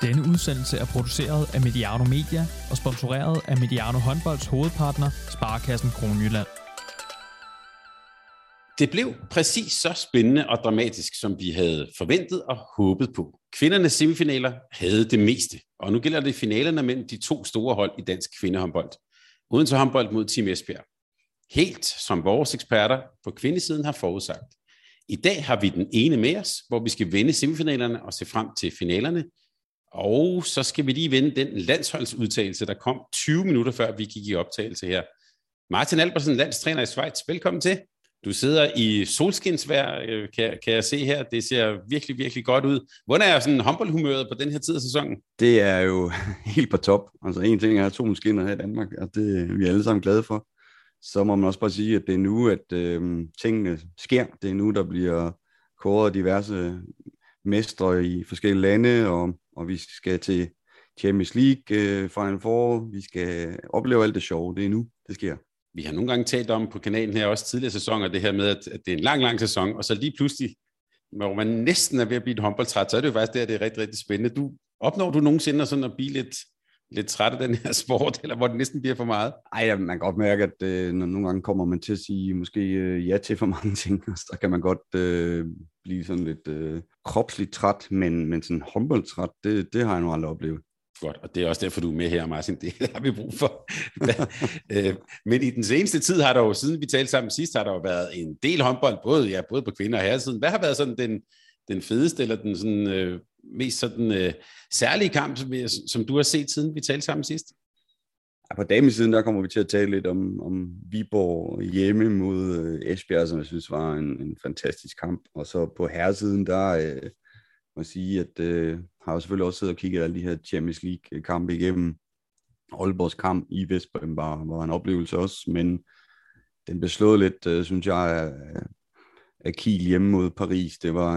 Denne udsendelse er produceret af Mediano Media og sponsoreret af Mediano Håndbolds hovedpartner, Sparekassen Kronjylland. Det blev præcis så spændende og dramatisk, som vi havde forventet og håbet på. Kvindernes semifinaler havde det meste, og nu gælder det finalerne mellem de to store hold i dansk kvindehåndbold. Odense Håndbold mod Team Esbjerg. Helt som vores eksperter på kvindesiden har forudsagt. I dag har vi den ene med os, hvor vi skal vende semifinalerne og se frem til finalerne. Og så skal vi lige vende den landsholdsudtagelse, der kom 20 minutter før vi gik i optagelse her. Martin Albertsen, landstræner i Schweiz. Velkommen til. Du sidder i solskinsvejr, kan jeg se her. Det ser virkelig, virkelig godt ud. Hvordan er sådan håndboldhumøret på den her tid af sæsonen? Det er jo helt på top. Altså en ting er solskinner her i Danmark, og det er vi alle sammen glade for. Så må man også bare sige, at det er nu, at tingene sker. Det er nu, der bliver kåret diverse mestre i forskellige lande, og vi skal til Champions League Final Four. Vi skal opleve alt det sjove. Det er nu, det sker. Vi har nogle gange talt om på kanalen her også tidligere sæsoner, det her med, at det er en lang, lang sæson, og så lige pludselig, hvor man næsten er ved at blive et håndboldtræt, så er det jo faktisk det er rigtig, rigtig spændende. Opnår du nogensinde sådan at blive lidt træt af den her sport, eller hvor det næsten bliver for meget? Ej, man kan godt mærke, at når nogle gange kommer man til at sige måske ja til for mange ting, så kan man godt blive sådan lidt kropsligt træt, men sådan håndboldtræt, det har jeg nu aldrig oplevet. Godt, og det er også derfor, du er med her, Martin. Det har vi brug for. Men i den seneste tid har der jo, siden vi talte sammen sidst, har der jo været en del håndbold, både på kvinder og herresiden. Hvad har været sådan den fedeste, eller den sådan, mest sådan, særlige kamp, som du har set, siden vi talte sammen sidst? Ja, på damesiden, der kommer vi til at tale lidt om Viborg hjemme mod Esbjerg, som jeg synes var en fantastisk kamp. Og så på herresiden, der må sige, at har jeg selvfølgelig også siddet og kigget alle de her Champions League-kampe igennem. Aalborgs kamp i Vestbrem var en oplevelse også, men den blev slået lidt, synes jeg, af Kiel hjemme mod Paris. Det var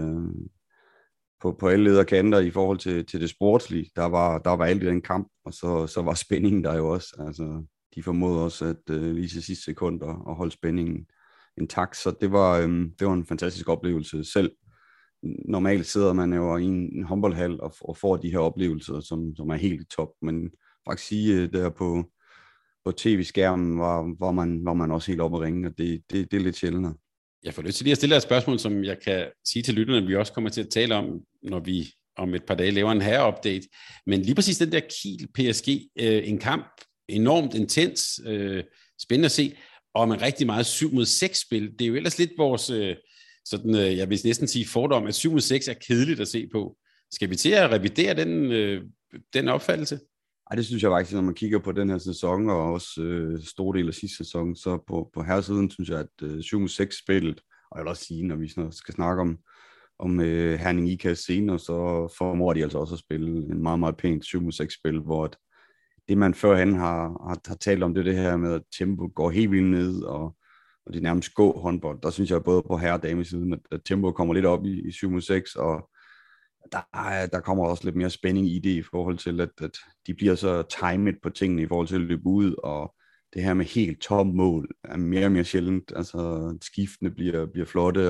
på alle lederkanter i forhold til det sportslige. Der var alt i den kamp, og så var spændingen der jo også. Altså, de formåede også at lige til sidste sekund at holde spændingen intakt, så det var en fantastisk oplevelse selv. Normalt sidder man jo i en håndboldhal og får de her oplevelser, som er helt top. Men faktisk sige, der på tv-skærmen var man også helt oppe at ringe, og det er lidt sjældent. Jeg får lyst til lige at stille et spørgsmål, som jeg kan sige til lytterne, at vi også kommer til at tale om, når vi om et par dage laver en herre-update. Men lige præcis den der Kiel-PSG, en kamp, enormt intens, spændende at se, og med rigtig meget 7-mod-6-spil. Det er jo ellers lidt vores... sådan, jeg vil næsten sige fordom, at 7-6 er kedeligt at se på. Skal vi til at revidere den opfattelse? Ej, det synes jeg faktisk, når man kigger på den her sæson, og også store del af sidste sæson, så på herresiden synes jeg, at 7-6-spillet, og jeg vil også sige, når vi skal snakke om Herning IKAS senere, så formår de altså også at spille en meget, meget pænt 7-6-spil, hvor det man førhen har talt om, det her med, at tempo går helt vildt ned, og det er nærmest gå håndbold. Der synes jeg både på herre- og damesiden, at tempoet kommer lidt op i 7-6, og der kommer også lidt mere spænding i det i forhold til, at de bliver så timet på tingene i forhold til at løbe ud, og det her med helt tom mål er mere og mere sjældent. Altså skiftene bliver flotte,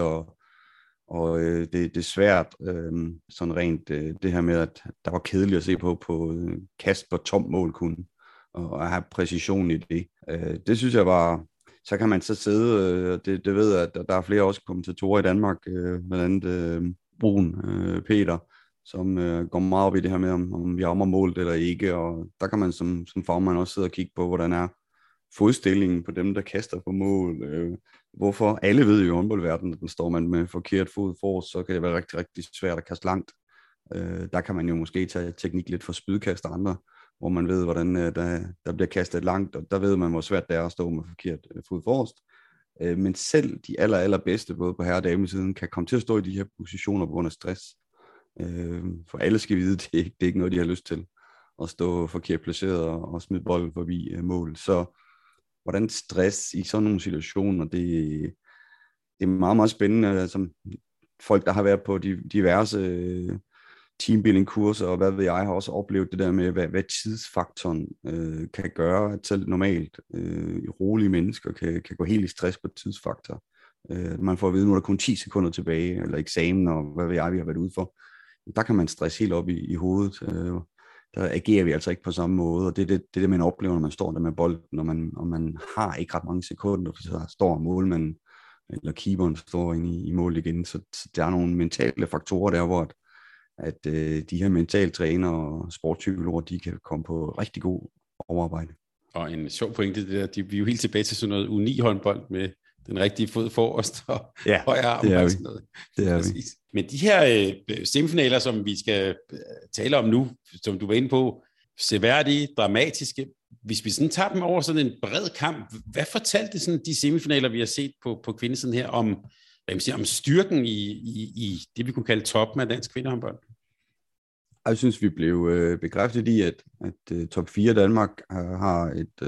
og det er svært sådan rent det her med, at der var kedeligt at se på kast på tom mål kun, og at have præcision i det. Det synes jeg var... Så kan man så sidde, det ved jeg, at der er flere også kommentatorer i Danmark, blandt andet Brun Peter, som går meget op i det her med, om vi rammer målet eller ikke, og der kan man som fagmand også sidde og kigge på, hvordan er fodstillingen på dem, der kaster på mål. Hvorfor? Alle ved jo i håndboldverdenen, at den står man med forkert fod forrest, så kan det være rigtig, rigtig svært at kaste langt. Der kan man jo måske tage teknik lidt for spydkast og andre, hvor man ved, hvordan der bliver kastet langt, og der ved man, hvor svært det er at stå med forkert fod forrest. Men selv de allerbedste, både på herre- og damesiden, kan komme til at stå i de her positioner på grund af stress. For alle skal vide, det er ikke noget, de har lyst til, at stå forkert placeret og smide bolden forbi mål. Så hvordan stress i sådan nogle situationer, det er meget, meget spændende. Som folk, der har været på diverse teambuilding-kurser, og hvad ved jeg, har også oplevet det der med, hvad tidsfaktoren kan gøre, at selv normalt rolige mennesker kan gå helt i stress på tidsfaktor. Man får at vide, nu er der kun 10 sekunder tilbage, eller eksamen, og hvad ved jeg, vi har været ude for. der kan man stresse helt op i hovedet. Der agerer vi altså ikke på samme måde, og det er det, man oplever, når man står der med bolden, og man har ikke ret mange sekunder, så står målmanden eller keeperen står inde i mål igen, så der er nogle mentale faktorer der, hvor at de her mentaltrænere og sportspsykologer, de kan komme på rigtig god overarbejde. Og en sjov pointe, det der, vi er jo helt tilbage til sådan noget U9-håndbold med den rigtige fod forrest og højre arm og sådan noget. Det er vi. Men de her semifinaler, som vi skal tale om nu, som du var inde på, seværdige, dramatiske. Hvis vi sådan tager dem over sådan en bred kamp, hvad fortalte sådan de semifinaler, vi har set på kvindesiden her, om styrken i det, vi kunne kalde toppen af dansk kvindehåndbold? Jeg synes, vi blev bekræftet i, at top 4 Danmark har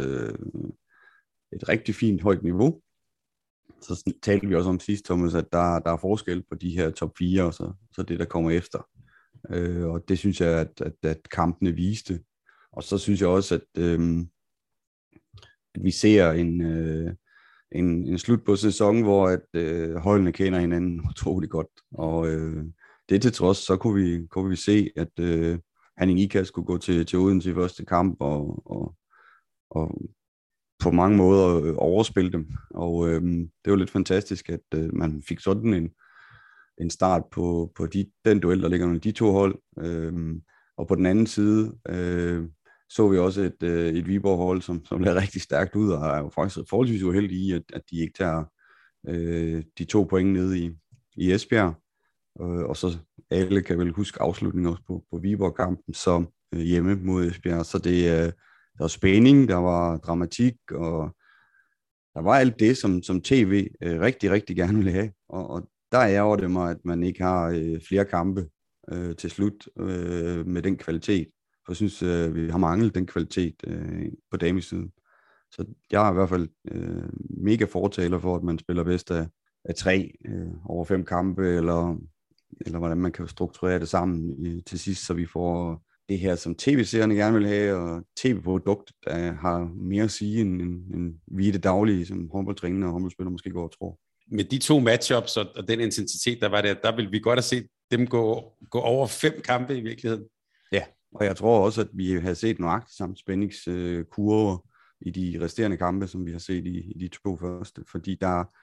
et rigtig fint højt niveau. Så talte vi også om sidst, Thomas, at der er forskel på de her top 4, og så det, der kommer efter. Og det synes jeg, at kampene viste. Og så synes jeg også, at vi ser en slut på sæsonen, hvor at holdene kender hinanden utrolig godt. Og det til trods, så kunne vi se, at Herning Ikast skulle gå til Odense i første kamp, og på mange måder overspille dem. Og det var lidt fantastisk, at man fik sådan en start på den duel, der ligger mellem de to hold. Og på den anden side så vi også et Viborg-hold, som lader rigtig stærkt ud, og er jo faktisk forholdsvis uheldige i, at de ikke tager de 2 point nede i Esbjerg. Og så alle kan vel huske afslutningen også på Viborg-kampen, så hjemme mod Esbjerg. Så der var spænding, der var dramatik, og der var alt det, som TV rigtig, rigtig gerne ville have. Og der ærger det mig, at man ikke har flere kampe til slut med den kvalitet. For jeg synes, vi har manglet den kvalitet på damesiden. Så jeg er i hvert fald mega fortaler for, at man spiller bedst af 3 over 5 kampe, eller hvordan man kan strukturere det sammen til sidst, så vi får det her, som tv-seerne gerne vil have, og tv-produkt, der har mere at sige, end vi i det daglige, som håndboldtrænere og håndboldspillere måske går og tror. Med de 2 matchups og den intensitet, der var der vil vi godt have set dem gå over 5 kampe i virkeligheden. Ja, og jeg tror også, at vi har set nøjagtigt samme spændingskurver i de resterende kampe, som vi har set i de 2 første, fordi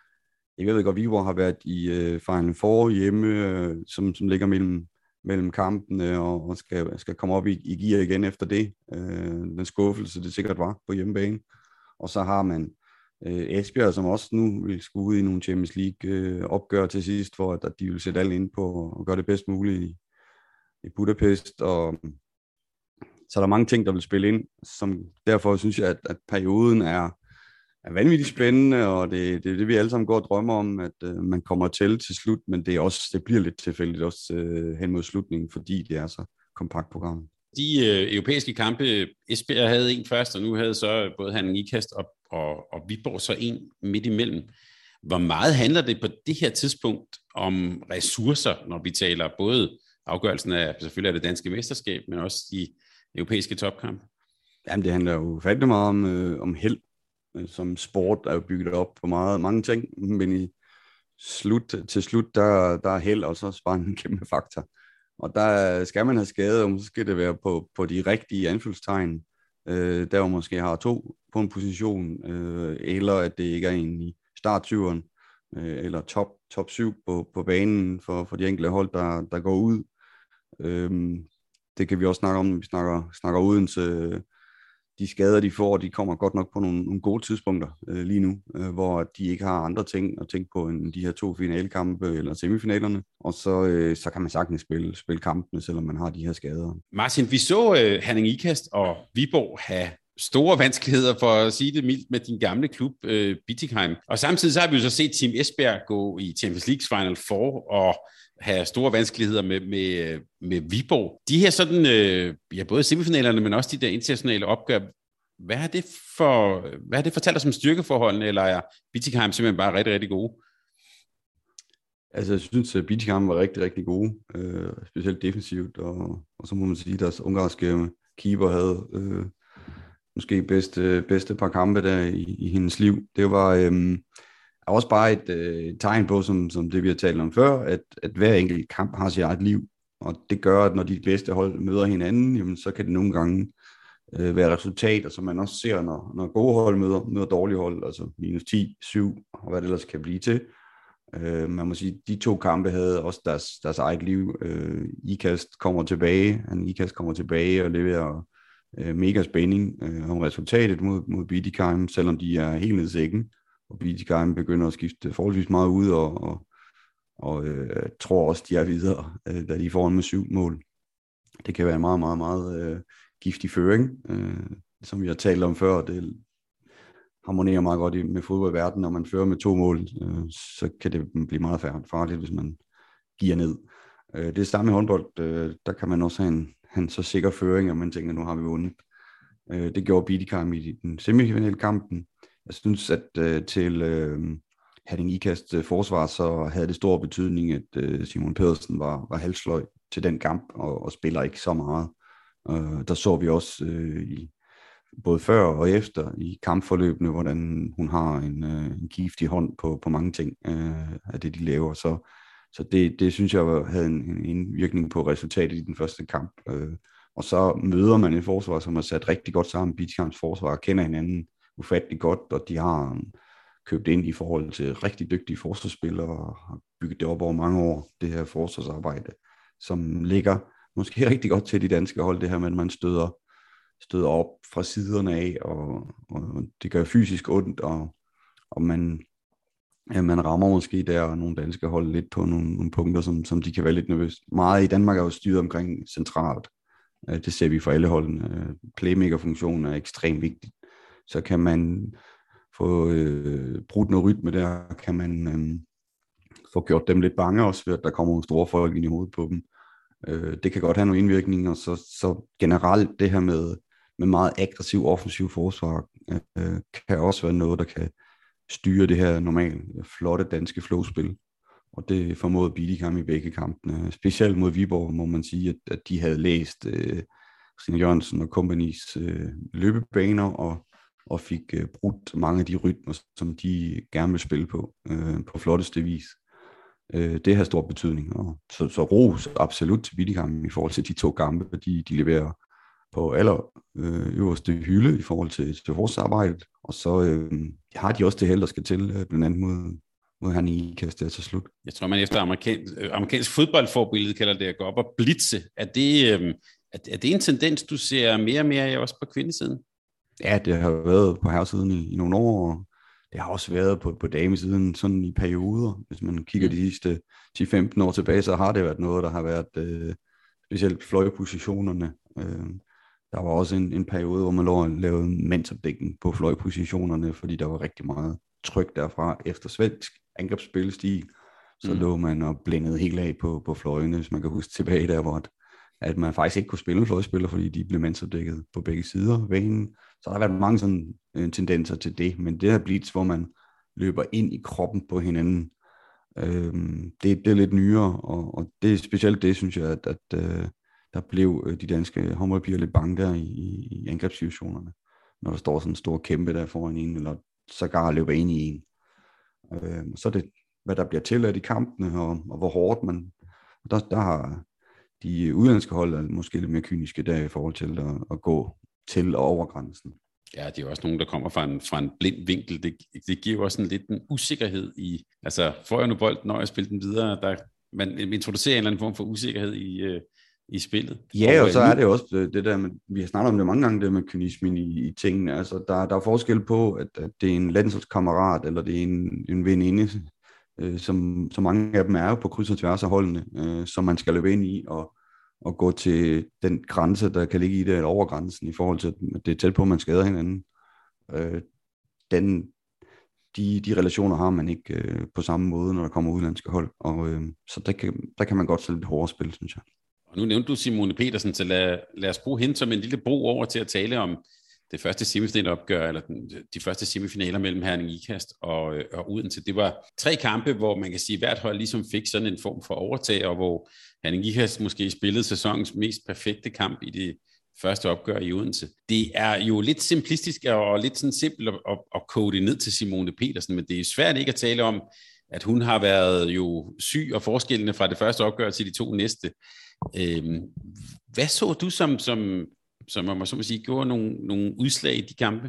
jeg ved godt, Viborg har været i Final Four hjemme, som ligger mellem kampene, og skal komme op i gear igen efter det. Den skuffelse, det sikkert var på hjemmebane. Og så har man Esbjerg, som også nu vil skulle ud i nogle Champions League opgør til sidst, for at de vil sætte alle ind på og gøre det bedst muligt i Budapest. Og så er der mange ting, der vil spille ind, som derfor synes jeg, at perioden er vanvittigt spændende, og det er det, vi alle sammen går og drømmer om, at man kommer til slut, men det bliver lidt tilfældigt også hen mod slutningen, fordi det er så kompakt program. De europæiske kampe, Esbjerg havde en først, og nu havde så både Herning Ikast og Viborg så en midt imellem. Hvor meget handler det på det her tidspunkt om ressourcer, når vi taler både afgørelsen af selvfølgelig af det danske mesterskab, men også de europæiske topkampe? Jamen, det handler jo fattelig meget om held. Som sport er jo bygget op på mange ting, men til slut, der er held også bare en kæmpe faktor. Og der skal man have skade, og så skal det være på de rigtige anførselstegn, der hvor måske har 2 på en position, eller at det ikke er en i starttyveren, eller top 7 på banen for de enkelte hold, der går ud. Det kan vi også snakke om, når vi snakker Odense. De skader, de får, de kommer godt nok på nogle gode tidspunkter lige nu, hvor de ikke har andre ting at tænke på end de her 2 finalekampe eller semifinalerne. Og så kan man sagtens spille kampene, selvom man har de her skader. Martin, vi så Herning Ikast og Viborg have store vanskeligheder, for at sige det mildt, med din gamle klub, Bietigheim. Og samtidig så har vi jo så set Team Esbjerg gå i Champions League Final Four og have store vanskeligheder med Viborg. De her sådan, både semifinalerne, men også de der internationale opgør, hvad har det fortalt os om styrkeforholdene, eller er Bietigheim simpelthen bare rigtig, rigtig gode? Altså, jeg synes, at Bietigheim var rigtig, rigtig gode, specielt defensivt, og så må man sige, at deres ungarske keeper havde måske bedste par kampe der i hendes liv. Det var også bare et tegn på, som det vi har talt om før, at hver enkelt kamp har sit eget liv, og det gør, at når de bedste hold møder hinanden, jamen, så kan det nogle gange være resultater, som man også ser, når gode hold møder dårlige hold, altså minus 10, 7, og hvad det ellers kan blive til. Man må sige, de 2 kampe havde også deres eget liv. Ikast kommer tilbage og leverer mega spænding om resultatet mod Bietigheim, selvom de er helt nede i sækken, og Bietigheim begynder at skifte forholdsvis meget ud, og tror også, de er videre, da de er foran med 7 mål. Det kan være en meget, meget, meget giftig føring, som vi har talt om før. Det harmonerer meget godt med fodboldverdenen, når man fører med 2 mål, så kan det blive meget farligt, hvis man giver ned. Det er samme i håndbold, der kan man også have en så sikker føring, at man tænker, nu har vi vundet. Det gjorde Bietigheim i den semifinale kampen. Jeg synes, at til Herning Ikast forsvar, så havde det stor betydning, at Simon Pedersen var halvsløj til den kamp, og spiller ikke så meget. Der så vi også både før og efter i kampforløbene, hvordan hun har en giftig hånd på mange ting af det, de laver. Så det synes jeg havde en indvirkning på resultatet i den første kamp. Og så møder man et forsvar, som er sat rigtig godt sammen. Bietigheims forsvar kender hinanden ufattelig godt, og de har købt ind i forhold til rigtig dygtige forsvarsspillere og har bygget det op over mange år, det her forsvarsarbejde, som ligger måske rigtig godt til de danske hold, det her med, at man støder op fra siderne af, og det gør fysisk ondt, og man rammer måske der nogle danske hold lidt på nogle punkter, som de kan være lidt nervøse. Meget i Danmark er jo styret omkring centralt. Det ser vi for alle holdene. Playmaker-funktionen er ekstremt vigtig. Så kan man få brudt noget rytme der, kan man få gjort dem lidt bange også, ved at der kommer nogle store folk ind i hovedet på dem. Det kan godt have nogle indvirkninger, og så generelt det her med meget aggressiv offensiv forsvar, kan også være noget, der kan styre det her normalt flotte danske flowspil. Og det formåede Bietigheim i begge kampene. Specielt mod Viborg må man sige, at de havde læst Christina Jørgensen og Compagnies løbebaner, og fik brudt mange af de rytmer, som de gerne vil spille på flotteste vis. Det har stor betydning. Og så ros absolut til Bietigheim i forhold til de 2 kampe, de leverer på øverste hylde i forhold til forsvarsarbejdet. Og så har de også det held, der skal til, blandt andet mod Herning Ikast til slut. Jeg tror, man efter amerikansk fodboldforbillede kalder det at gå op og blitse. Er det en tendens, du ser mere og mere også på kvindesiden? Ja, det har været på herresiden i nogle år, og det har også været på damesiden sådan i perioder. Hvis man kigger de sidste 10-15 år tilbage, så har det været noget, der har været specielt fløjpositionerne. Der var også en periode, hvor man lavede mandsopdækning på fløjpositionerne, fordi der var rigtig meget tryk derfra efter svensk angrebsspillestil. Så lå man og blændede helt af på fløjene, hvis man kan huske tilbage der, hvor at man faktisk ikke kunne spille en fløjspiller, fordi de blev mandsopdækket på begge sider af banen. Så der har været mange sådan tendenser til det, men det her blitz, hvor man løber ind i kroppen på hinanden, det er lidt nyere, og det er specielt det, synes jeg, at der blev de danske håndboldpiger lidt bange der i angrebssituationerne, når der står sådan en stor kæmpe der foran en, eller sågar løber ind i en. Så er det, hvad der bliver tilladt i kampene, og hvor hårdt man... Der har de udenlandske hold måske lidt mere kyniske der i forhold til at gå til og over grænsen. Ja, det er også nogen, der kommer fra en blind vinkel. Det giver jo også sådan lidt en usikkerhed i... Altså, får jeg nu bolden, når jeg spiller den videre? Man introducerer en eller anden form for usikkerhed i spillet. Ja, og så er det også det der med... Vi har snakket om det mange gange, det med kynismen i tingene. Altså, der er forskel på, at det er en landsholdskammerat, eller det er en veninde, som mange af dem er jo på kryds og tværs af holdene, som man skal løbe ind i, og gå til den grænse, der kan ligge i det, eller over grænsen, i forhold til, at det er tæt på, at man skader hinanden. De relationer har man ikke på samme måde, når der kommer udenlandske hold, og så der kan man godt sætte lidt hårdere spil, synes jeg. Og nu nævnte du Simone Petersen, så lad os bruge hende som en lille bro over til at tale om det første semifinalopgør, eller de første semifinaler mellem Herning Ikast og Odense. Det var 3 kampe, hvor man kan sige, at hvert hold ligesom fik sådan en form for overtag, og hvor Herning Ikast måske spillede sæsonens mest perfekte kamp i det første opgør i Odense. Det er jo lidt simplistisk og lidt sådan simpelt at kode det ned til Simone Petersen, men det er svært ikke at tale om, at hun har været jo syg og forskellene fra det første opgør til de 2 næste. Hvad så du som man så må sige, gjorde nogle udslag i de kampe?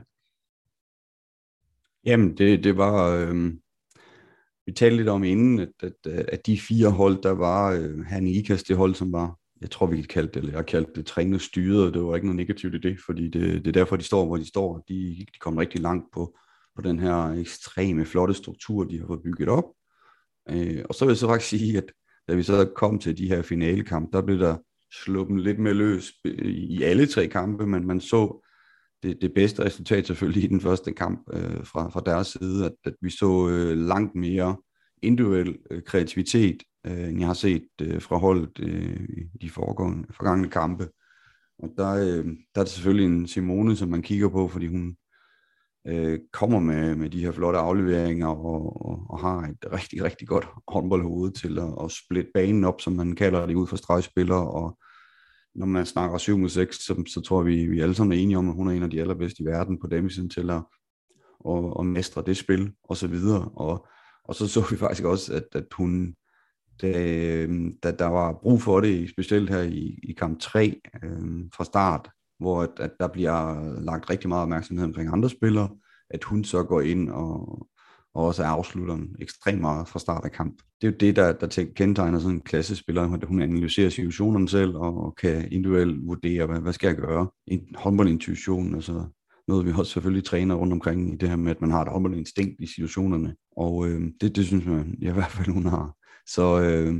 Jamen, det var... vi talte lidt om inden, at de 4 hold, der var Herning Ikast, det hold, som var, jeg tror, vi kaldte det, eller jeg kaldte det trænet styret, og det var ikke noget negativt i det, fordi det er derfor, de står, hvor de står. De kom rigtig langt på den her ekstreme, flotte struktur, de har fået bygget op. Og så vil jeg så faktisk sige, at da vi så kom til de her finalekampe, der blev der sluppet lidt mere løs i alle 3 kampe, men man så det bedste resultat selvfølgelig i den første kamp fra deres side, at vi så langt mere individuel kreativitet, end jeg har set fra holdet i de forgangne kampe. Og der er det selvfølgelig en Simone, som man kigger på, fordi hun kommer med de her flotte afleveringer og har et rigtig, rigtig godt håndboldhoved til at splitte banen op, som man kalder det, ud for stregspillere. Og når man snakker 7-6, så tror jeg, vi alle sammen er enige om, at hun er en af de allerbedste i verden på damesiden til at mestre det spil, og så videre. Og så vi faktisk også, at hun, da der var brug for det, specielt her i kamp 3 fra start, hvor at der bliver lagt rigtig meget opmærksomhed omkring andre spillere, at hun så går ind og også afslutter ekstremt meget fra start af kamp. Det er jo det, der kendetegner sådan en klassespiller, at hun analyserer situationen selv og kan individuelt vurdere, hvad skal jeg gøre. En håndboldintuition, altså noget vi også selvfølgelig træner rundt omkring i det her med, at man har et håndboldinstinkt i situationerne. Og det synes man i hvert fald, hun har. Så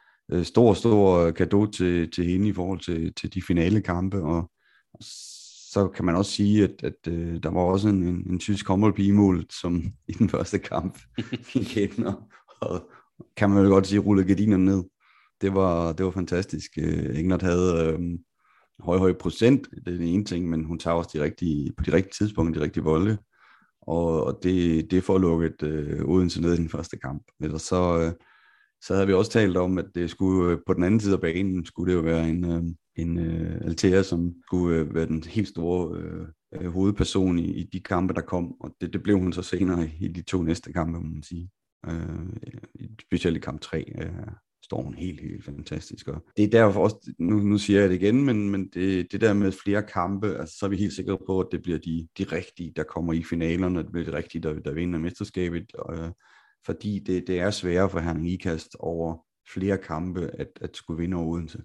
stor cadeau til hende i forhold til de finale kampe, og så kan man også sige, at der var også en tysk håndboldpige i målet, som i den første kamp gik ind, og kan man jo godt sige, rullede gardinerne ned. Det var fantastisk. England havde høj procent, det er den ene ting, men hun tager også på de rigtige tidspunkter, de rigtige bolde, og det er for at lukke Odense ned i den første kamp. Ellers så havde vi også talt om, at det skulle på den anden side af banen, skulle det jo være en Altea, som skulle være den helt store hovedperson i de kampe, der kom, og det blev hun så senere i de 2 næste kampe, må man sige. Specielt i kamp 3 står hun helt fantastisk. Og det er derfor også, nu siger jeg det igen, men det der med flere kampe, altså, så er vi helt sikre på, at det bliver de rigtige, der kommer i finalerne, det bliver de rigtige, der vinder mesterskabet, fordi det er sværere for Herning Ikast over flere kampe at skulle vinde over Odense.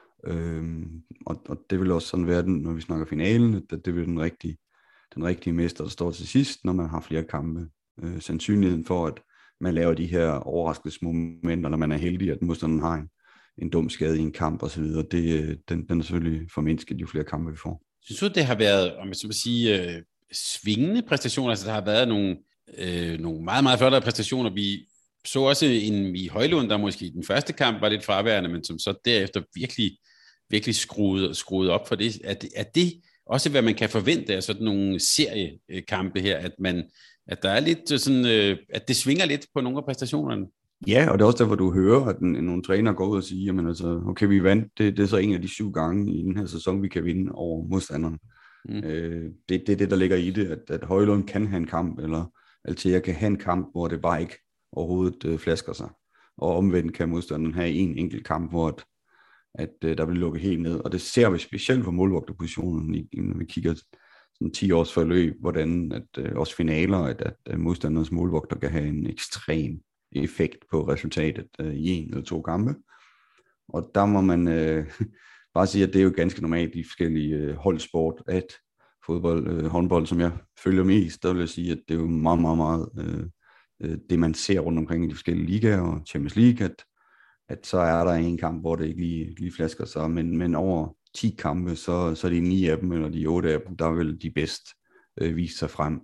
Og det vil også sådan være, når vi snakker finalen, at det vil den rigtige mester, der står til sidst, når man har flere kampe. Sandsynligheden for, at man laver de her overraskelsesmomenter, når man er heldig, at modstanderen har en dum skade i en kamp osv., den er selvfølgelig formindsket, jo flere kampe vi får. Synes du, det har været, om jeg så vil sige, svingende præstationer? Altså, der har været nogle meget, meget flotte præstationer. Vi så også en i Højlund, der måske i den første kamp var lidt fraværende, men som så derefter virkelig skruede op for det. Er det også, hvad man kan forvente af sådan nogle seriekampe her, at der er lidt sådan, at det svinger lidt på nogle af præstationerne? Ja, og det er også derfor, du hører, at nogle træner går ud og siger, jamen altså, okay, vi vandt, det er så en af de 7 gange i den her sæson, vi kan vinde over modstanderen. Det er det, der ligger i det, at Højlund kan have en kamp, eller Altea kan have en kamp, hvor det bare ikke overhovedet flasker sig. Og omvendt kan modstanderen have en enkelt kamp, hvor at der bliver lukket helt ned. Og det ser vi specielt på målvogterpositionen, når vi kigger sådan 10 års forløb, hvordan at også finaler, at modstanderens målvogter kan have en ekstrem effekt på resultatet i 1 eller 2 kampe. Og der må man bare sige, at det er jo ganske normalt i forskellige holdsport, at fodbold, håndbold, som jeg følger mest, der vil jeg sige, at det er jo meget, meget, meget det, man ser rundt omkring i de forskellige ligaer og Champions League, at så er der en kamp, hvor det ikke lige flasker sig, men over 10 kampe, så er det 9 af dem, eller de 8 af dem, der vil de bedst vise sig frem,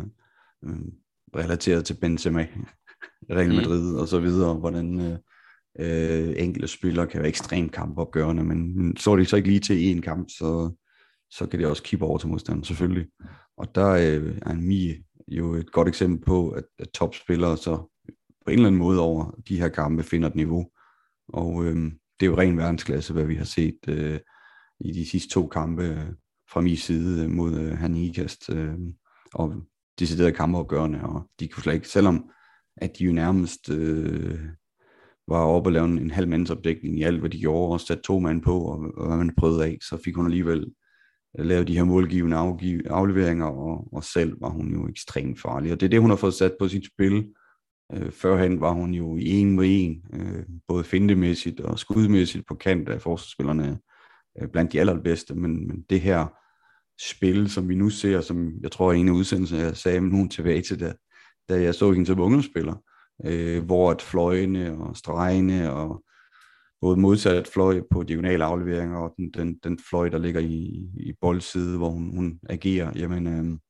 relateret til Benzema, Real Madrid og så videre, hvordan enkelte spillere kan være ekstremt kampopgørende, men så er det så ikke lige til en kamp, så kan det også kippe over til modstanderen, selvfølgelig. Og der er en Mie jo et godt eksempel på, at topspillere så på en eller anden måde over de her kampe finder et niveau. Og det er jo ren verdensklasse, hvad vi har set i de sidste 2 kampe fra min side mod Herning Ikast, og deciderede kampeopgørende, og de kunne slet ikke, selvom at de jo nærmest var oppe og lave en halv mandsopdækning i alt, hvad de gjorde, og satte 2 mand på, og hvad man prøvede af, så fik hun alligevel lavet de her målgivende afleveringer, og selv var hun jo ekstremt farlig. Og det er det, hun har fået sat på sit spil. Førhen var hun jo i 1-mod-1, både fintemæssigt og skudmæssigt på kant af forsvarsspillerne blandt de allerbedste, men det her spil, som vi nu ser, som jeg tror en af udsendelserne, jeg sagde, men hun tilbage til det, da jeg så hende som ungdomsspiller, hvor at fløjene og stregene og både modsat fløj på diagonale afleveringer og den fløj, der ligger i boldside, hvor hun agerer, jamen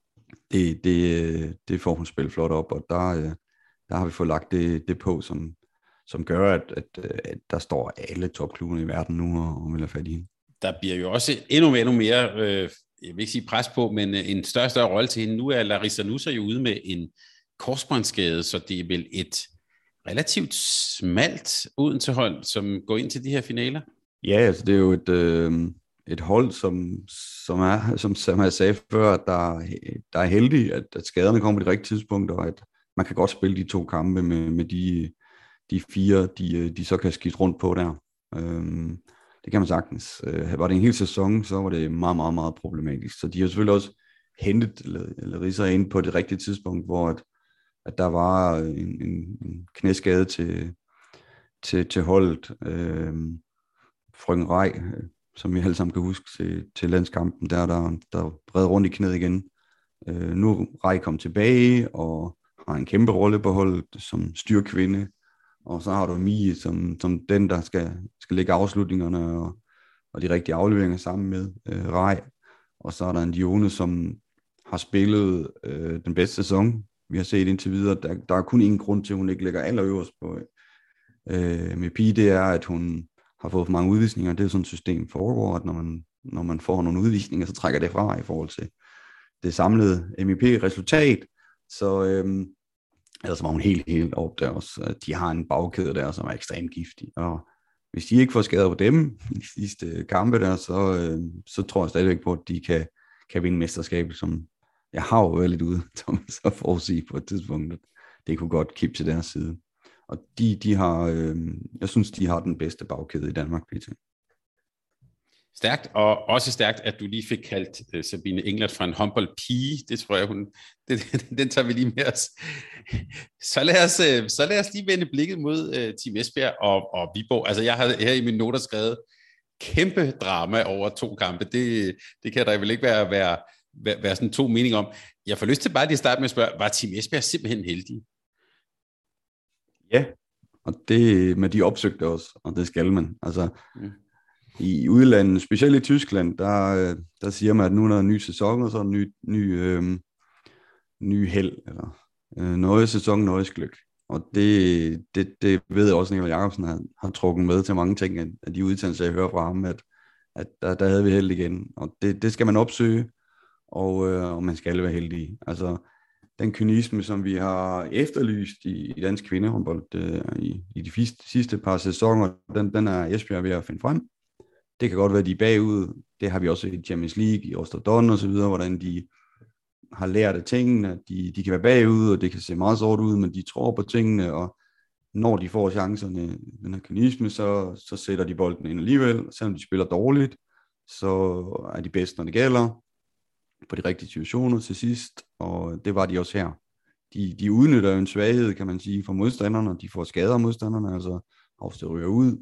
det får hun spillet flot op, og der har vi fået lagt det på, som gør, at der står alle topklubberne i verden nu og vil have fat i hende. Der bliver jo også endnu mere, jeg vil ikke sige pres på, men en større rolle til hende. Nu er Larissa Nussar jo ude med en korsbåndsskade, så det er vel et relativt smalt Odense-hold, som går ind til de her finaler? Ja, altså det er jo et hold, som jeg sagde før, der er heldig, at skaderne kommer på det rigtige tidspunkt, og at man kan godt spille de 2 kampe med de 4, de så kan skifte rundt på der. Det kan man sagtens. Var det en hel sæson, så var det meget, meget, meget problematisk. Så de har selvfølgelig også hentet Larissa ind på det rigtige tidspunkt, hvor at der var en knæskade til holdet. Frøken Rej, som vi alle sammen kan huske til landskampen, der red rundt i knæet igen. Nu Rej kom tilbage og har en kæmpe rolle på holdet som styrkvinde. Og så har du Mie som den, der skal lægge afslutningerne og de rigtige afleveringer sammen med Rej. Og så er der en Dione, som har spillet den bedste sæson, vi har set indtil videre. Der er kun ingen grund til, at hun ikke ligger allerøverst på med Pige. Det er, at hun har fået for mange udvisninger. Det er sådan et system foregår, at når man får nogle udvisninger, så trækker det fra i forhold til det samlede MEP-resultat. Så ellers var hun helt op der også. De har en bagkæde der, som er ekstremt giftig. Og hvis de ikke får skader på dem i de sidste kampe der, så tror jeg stadigvæk på, at de kan vinde mesterskabet, som jeg har jo været lidt ude, som så forudsige på et tidspunkt, at det kunne godt kippe til deres side. Og de har, jeg synes, de har den bedste bagkæde i Danmark, PT. Stærkt, og også stærkt, at du lige fik kaldt Sabine Englert fra en håndboldpige. Det tror jeg, den tager vi lige med os. Så lad os lige vende blikket mod Team Esbjerg og Viborg. Altså, jeg har her i mine noter skrevet kæmpe drama over 2 kampe. Det kan der vel ikke være sådan 2 meninger om. Jeg får lyst til bare lige at starte med at spørge, var Team Esbjerg simpelthen heldige? Ja, og men de opsøgte også, og det skal man. Altså, i udlandet, specielt i Tyskland, der siger man, at nu er der en ny sæson, og så er der ny held, eller nøje sæson, nøje gløk. Og det ved jeg også, Nicolai Jacobsen har trukket med til mange ting, at de udtalelser, jeg hører fra ham, at der havde vi held igen. Og det skal man opsøge, og man skal være heldig. Altså, den kynisme, som vi har efterlyst i dansk kvindehåndbold i de sidste par sæsoner, den er Esbjerg ved at finde frem. Det kan godt være, at de er bagud. Det har vi også i Champions League, i Rostov Don og så videre, hvordan de har lært af tingene, at de kan være bagud, og det kan se meget sort ud, men de tror på tingene, og når de får chancerne, den her kynisme, så sætter de bolden ind alligevel. Selvom de spiller dårligt, så er de bedst, når det gælder, på de rigtige situationer til sidst, og det var de også her. De udnytter en svaghed, kan man sige, for modstanderne, de får skader af modstanderne, altså Afsted ryger ud.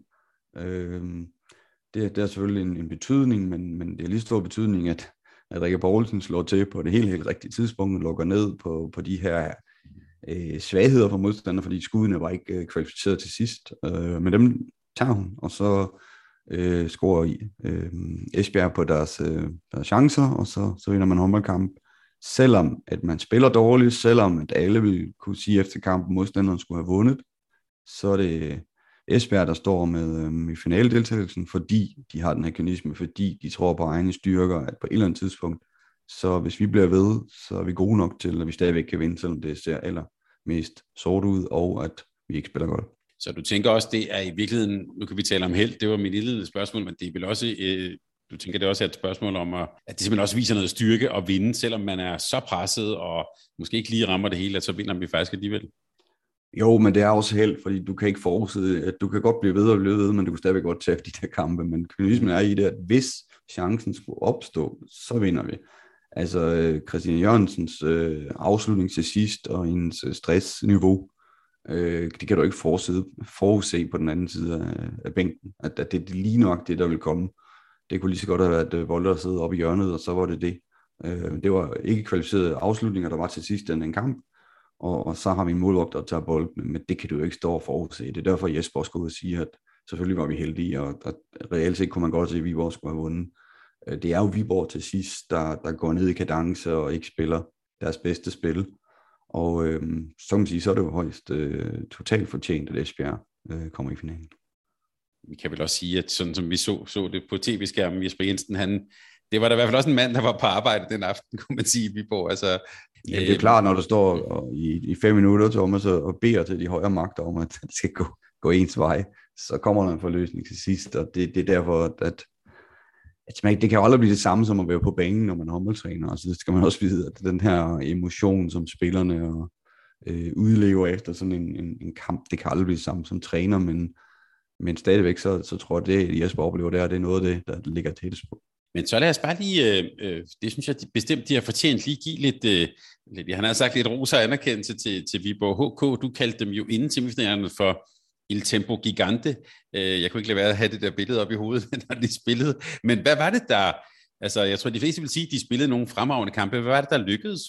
Det er selvfølgelig en betydning, men det er lige stor betydning, at Rikke Poulsen slår til på det helt rigtige tidspunkt og lukker ned på de her svagheder for modstanderne, fordi skuddene var ikke kvalificeret til sidst. Men dem tager hun, og så scorer Esbjerg på deres chancer, og så vinder man håndboldkamp. Selvom at man spiller dårligt, selvom at alle vil kunne sige efter kampen, modstanderen skulle have vundet, så er det Esbjerg, der står med finaledeltagelsen, fordi de har den her kynisme, fordi de tror på egne styrker, at på et eller andet tidspunkt, så hvis vi bliver ved, så er vi gode nok til, at vi stadigvæk kan vinde, selvom det ser allermest sort ud, og at vi ikke spiller godt. Så du tænker også, det er i virkeligheden, nu kan vi tale om held, det var mit lille spørgsmål, men det er vel også, du tænker det også er et spørgsmål om, at det simpelthen også viser noget styrke at vinde, selvom man er så presset, og måske ikke lige rammer det hele, at så vinder vi faktisk alligevel. Jo, men det er også held, fordi du kan ikke forudse, at du kan godt blive ved og blive ved, men du kan stadigvæk godt tabe de der kampe. Men kynismen er i det, at hvis chancen skulle opstå, så vinder vi. Altså Christian Jørgensens afslutning til sidst og hendes stressniveau, det kan du ikke forudse på den anden side af bænken. At det er lige nok det, der vil komme. Det kunne lige så godt have været Volter, der sidder oppe i hjørnet, og så var det det. Det var ikke kvalificerede afslutninger, der var til sidst i den kamp. Og så har vi en målvogter, der tager bolden, men det kan du jo ikke stå og forudse. Det er derfor, Jesper også går ud og siger, at selvfølgelig var vi heldige, og reelt set kunne man godt se, at Viborg skulle have vundet. Det er jo Viborg til sidst, der går ned i kadence og ikke spiller deres bedste spil. Og så kan man sige, så er det jo højst totalt fortjent, at Esbjerg kommer i finalen. Vi kan vel også sige, at sådan som vi så det på tv-skærmen, Jesper Jensen, det var der i hvert fald også en mand, der var på arbejde den aften, kunne man sige, i Viborg. Altså, ja, det er klart, når du står i 5 minutter, Thomas, og beder til de højere magter om, at det skal gå ens vej, så kommer der en forløsning til sidst, og det er derfor, at det kan jo aldrig blive det samme som at være på banen, når man er håndboldtræner. Altså, det skal man også vide, at den her emotion, som spillerne udlever efter sådan en kamp, det kan aldrig blive det samme som træner, men stadigvæk så tror jeg, det Jesper oplever det er noget af det, der ligger tættest på. Men så lad os bare lige, det synes jeg bestemt, de har fortjent lige give lidt, han har sagt lidt ros og anerkendelse til Viborg HK. Du kaldte dem jo inden semifinalerne for Il Tempo Gigante. Jeg kunne ikke lade være at have det der billede op i hovedet, når de spillede. Men hvad var det der, altså jeg tror de fleste vil sige, at de spillede nogle fremragende kampe. Hvad var det, der lykkedes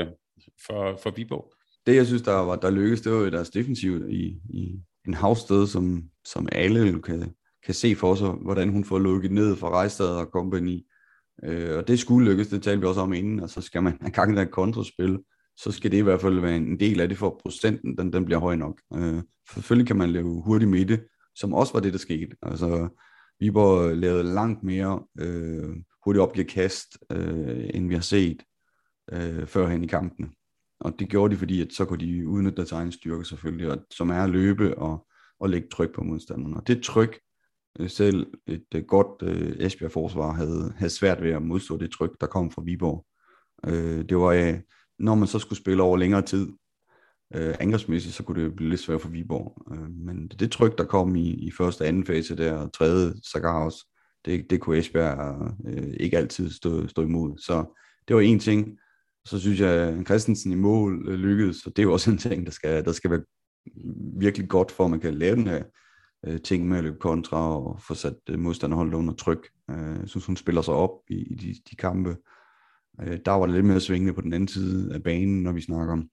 for Viborg? Det jeg synes, der lykkedes, det var jo deres defensiv i en havsted, som alle kan se for sig, hvordan hun får lukket ned fra Rejstad og company. Og det skulle lykkes, det talte vi også om inden, og så skal man have gang i et kontraspil, så skal det i hvert fald være en del af det, for procenten, den bliver høj nok. Selvfølgelig kan man lave hurtig midte, som også var det, der skete. Altså, Viborg lavede langt mere hurtigt opgivet kast, end vi har set førhen i kampene. Og det gjorde de, fordi at så kunne de udnytte deres egen styrke selvfølgelig, som er at løbe og lægge tryk på modstanderne. Og det tryk, selv et godt Esbjerg-forsvar havde svært ved at modstå det tryk, der kom fra Viborg. Det var, når man så skulle spille over længere tid, angrebsmæssigt, så kunne det blive lidt svært for Viborg. Men det tryk, der kom i første og anden fase der, og tredje sågar også, det kunne Esbjerg ikke altid stå imod. Så det var en ting. Så synes jeg, at Christensen i mål lykkedes, og det er jo også en ting, der skal være virkelig godt for, at man kan lave den her ting med at løbe kontra og få sat modstanderholdet under tryk. Jeg synes, hun spiller sig op i de kampe. Der var det lidt mere svingende på den anden side af banen, når vi snakker om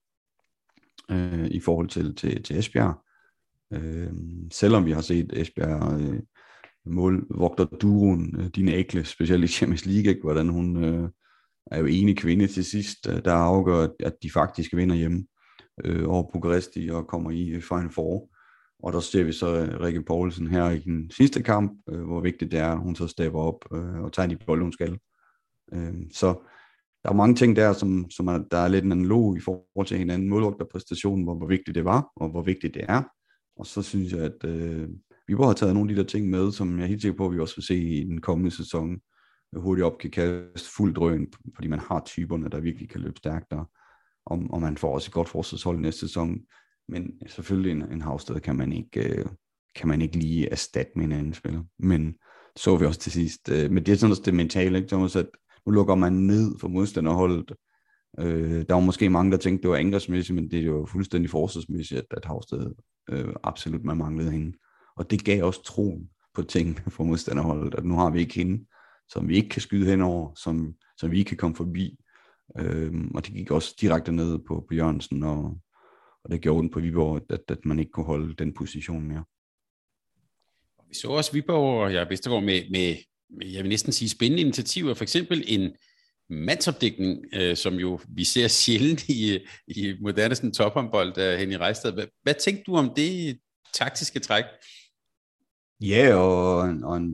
i forhold til Esbjerg. Selvom vi har set Esbjerg målvogter duoen, Dine Ekle, specielt i Champions League, ikke? Hvordan hun er jo enig kvinde til sidst, der afgør, at de faktisk vinder hjemme over Bukaresti og kommer i Final Four. Og der ser vi så Rikke Poulsen her i den sidste kamp, hvor vigtigt det er, at hun så stepper op og tager de bolde, hun skal. Så der er mange ting der, som der er lidt en analog i forhold til hinanden. Målvogterpræstationen, hvor vigtigt det var, og hvor vigtigt det er. Og så synes jeg, at vi bare har taget nogle af de der ting med, som jeg er helt sikker på, at vi også vil se i den kommende sæson. Hurtigt op kan kaste fuld drøn, fordi man har typerne, der virkelig kan løbe stærkt, og man får også et godt forsvarshold næste sæson. Men selvfølgelig en Havsted kan man ikke lige erstatte med en anden spiller. Men så vi også til sidst. Men det er sådan også det mentale, ikke, Thomas, at nu lukker man ned for modstanderholdet. Der var måske mange, der tænkte, det var angrebsmæssigt, men det er jo fuldstændig forsvarsmæssigt, at Havsted absolut man manglede hende. Og det gav også troen på tingene for modstanderholdet, at nu har vi ikke hende, som vi ikke kan skyde henover, som vi ikke kan komme forbi. Og det gik også direkte ned på Jørgensen, og det gjorde den på Viborg, at man ikke kunne holde den position mere. Vi så også Viborg og Vestergaard med, jeg vil næsten sige, spændende initiativer. For eksempel en mandsopdækning, som jo vi ser sjældent i moderne sådan tophåndbold af Henny Rejstad. Hvad tænkte du om det taktiske træk? Ja, og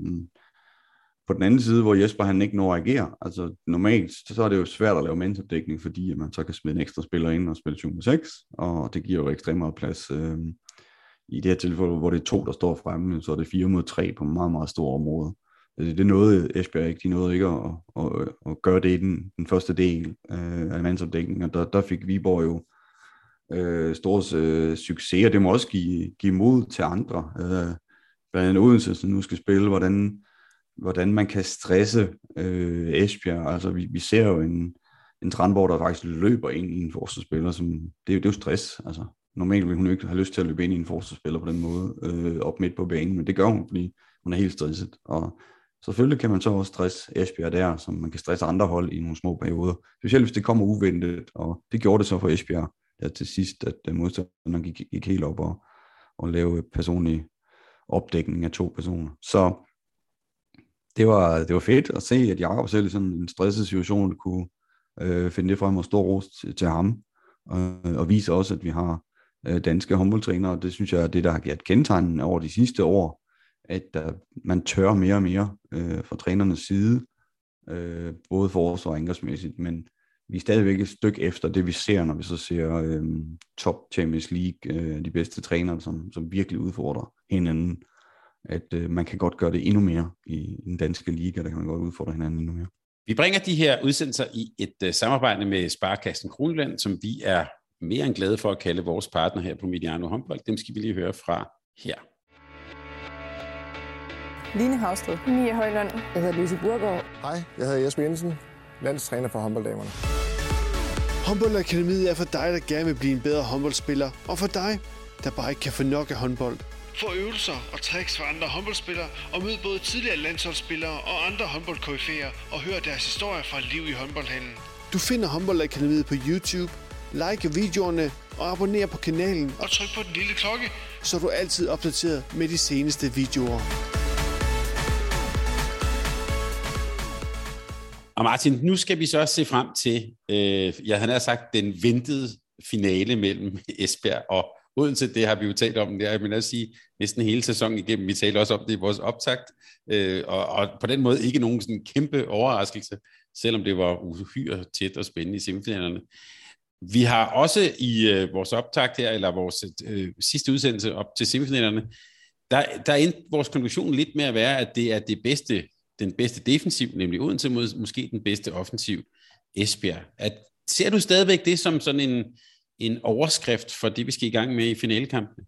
på den anden side, hvor Jesper han ikke når at agere. Altså normalt, så er det jo svært at lave mandsopdækning, fordi at man så kan smide en ekstra spiller ind og spille 7-6, og det giver jo ekstremt meget plads. I det her tilfælde, hvor det er 2, der står fremme, så er det 4-3 på meget, meget store områder. Det nåede Esbjerg ikke. De nåede ikke at gøre det i den første del af mandsopdækningen, og der fik Viborg jo store succeser. Det må også give mod til andre. Blandt andet Odense, som nu skal spille, hvordan man kan stresse Esbjerg. Altså, vi ser jo en Tranborg, der faktisk løber ind i en forsvarsspiller, det er jo stress. Altså, normalt vil hun jo ikke have lyst til at løbe ind i en forsvarsspiller på den måde, op midt på banen, men det gør hun, fordi hun er helt stresset. Og selvfølgelig kan man så også stresse Esbjerg der, som man kan stresse andre hold i nogle små perioder. Specielt hvis det kommer uventet, og det gjorde det så for Esbjerg ja, til sidst, at modstanderen gik helt op og lavede personlig opdækning af 2 personer. Så det var fedt at se, at Jakob selv i sådan en stresset situation kunne finde det frem og stor ros til ham, og vise også, at vi har danske håndboldtrænere, og det synes jeg er det, der har givet kendetegn over de sidste år, at man tør mere og mere fra trænernes side, både forsvar og angrebsmæssigt, men vi er stadigvæk et stykke efter det, vi ser, når vi så ser top Champions League, de bedste trænere, som virkelig udfordrer hinanden, at man kan godt gøre det endnu mere i den danske liga, der kan man godt udfordre hinanden endnu mere. Vi bringer de her udsendelser i et samarbejde med Sparekassen Kronjylland, som vi er mere end glade for at kalde vores partner her på Mediano Håndbold. Dem skal vi lige høre fra her. Line Havsted. Mia Højlund. Jeg hedder Lucy Burgaard. Hej, jeg hedder Jesper Jensen, landstræner for håndbolddamerne. Håndboldakademiet er for dig, der gerne vil blive en bedre håndboldspiller, og for dig, der bare ikke kan få nok af håndbold. Få øvelser og tricks fra andre håndboldspillere, og mød både tidligere landsholdsspillere og andre håndboldkoryfæer, og hør deres historier fra liv i håndboldhallen. Du finder Håndboldakademiet på YouTube, like videoerne og abonner på kanalen, og tryk på den lille klokke, så du er altid opdateret med de seneste videoer. Og Martin, nu skal vi så se frem til, jeg havde nær sagt, den ventede finale mellem Esbjerg og Odense. Det har vi jo talt om, det har jeg sige, næsten hele sæsonen igennem. Vi talte også om det i vores optakt, og på den måde ikke nogen sådan kæmpe overraskelse, selvom det var uhyre tæt og spændende i semifinalerne. Vi har også i vores optakt her, eller vores sidste udsendelse op til semifinalerne, der endte vores konklusion lidt med at være, at det er den bedste defensiv, nemlig Odense, mod måske den bedste offensiv, Esbjerg. Ser du stadigvæk det som sådan en overskrift for det, vi skal i gang med i finalekampen?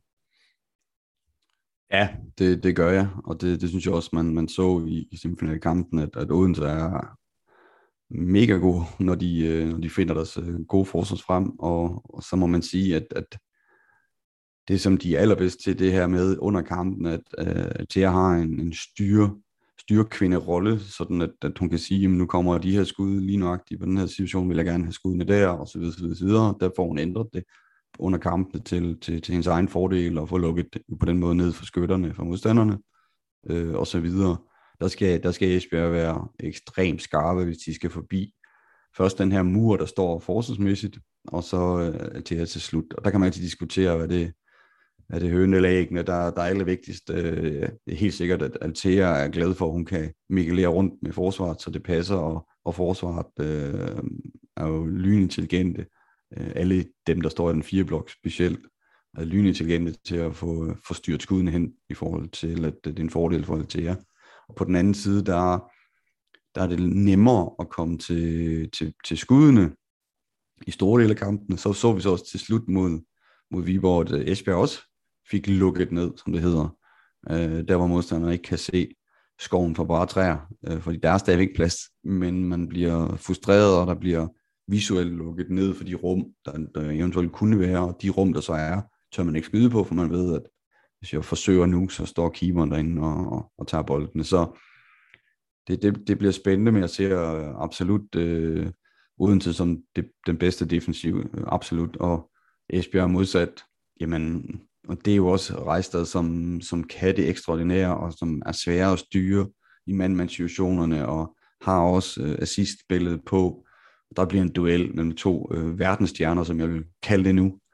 Ja, det gør jeg, og det synes jeg også, man så i semifinalekampen, at Odense er mega gode, når de finder deres gode forsvars frem, og så må man sige, at det som de er allerbedst til det her med under kampen, at Thea har en styrkvinderolle, sådan at hun kan sige, jamen nu kommer de her skud lige nøjagtigt på den her situation, vil jeg gerne have skuddene der, og så videre. Der får hun ændret det under kampen til hendes egen fordel, og få lukket på den måde ned for skytterne, for modstanderne, og så videre. Der skal Esbjerg være ekstremt skarpe, hvis de skal forbi først den her mur, der står forsvarsmæssigt, og så til slut. Og der kan man altid diskutere, hvad det er det høne eller æggene, der er allervigtigst. Det er helt sikkert, at Althea er glad for, at hun kan migrere rundt med forsvaret, så det passer, og forsvaret er jo lynintelligente. Alle dem, der står i den 4-blok specielt, er lynintelligente til at få styrt skuddene hen, i forhold til, at det er en fordel for Althea. Og på den anden side, der er det nemmere at komme til skuddene i store dele af kampene. Så vi så også til slut mod Viborg, at Esbjerg også fik lukket ned, som det hedder. Der hvor modstanderne ikke kan se skoven for bare træer, fordi der er stadigvæk plads, men man bliver frustreret, og der bliver visuelt lukket ned for de rum, der eventuelt kunne være, og de rum, der så er, tør man ikke skyde på, for man ved, at hvis jeg forsøger nu, så står keeperen derinde og tager boldene. Så det bliver spændende med at se absolut Odense som den bedste defensiv, absolut, og Esbjerg modsat, jamen, og det er jo også Rejstad, som kan det ekstraordinære, og som er svære at styre i mand-mand-situationerne, og har også assistbilledet på. Der bliver en duel mellem 2 verdensstjerner, som jeg vil kalde det nu,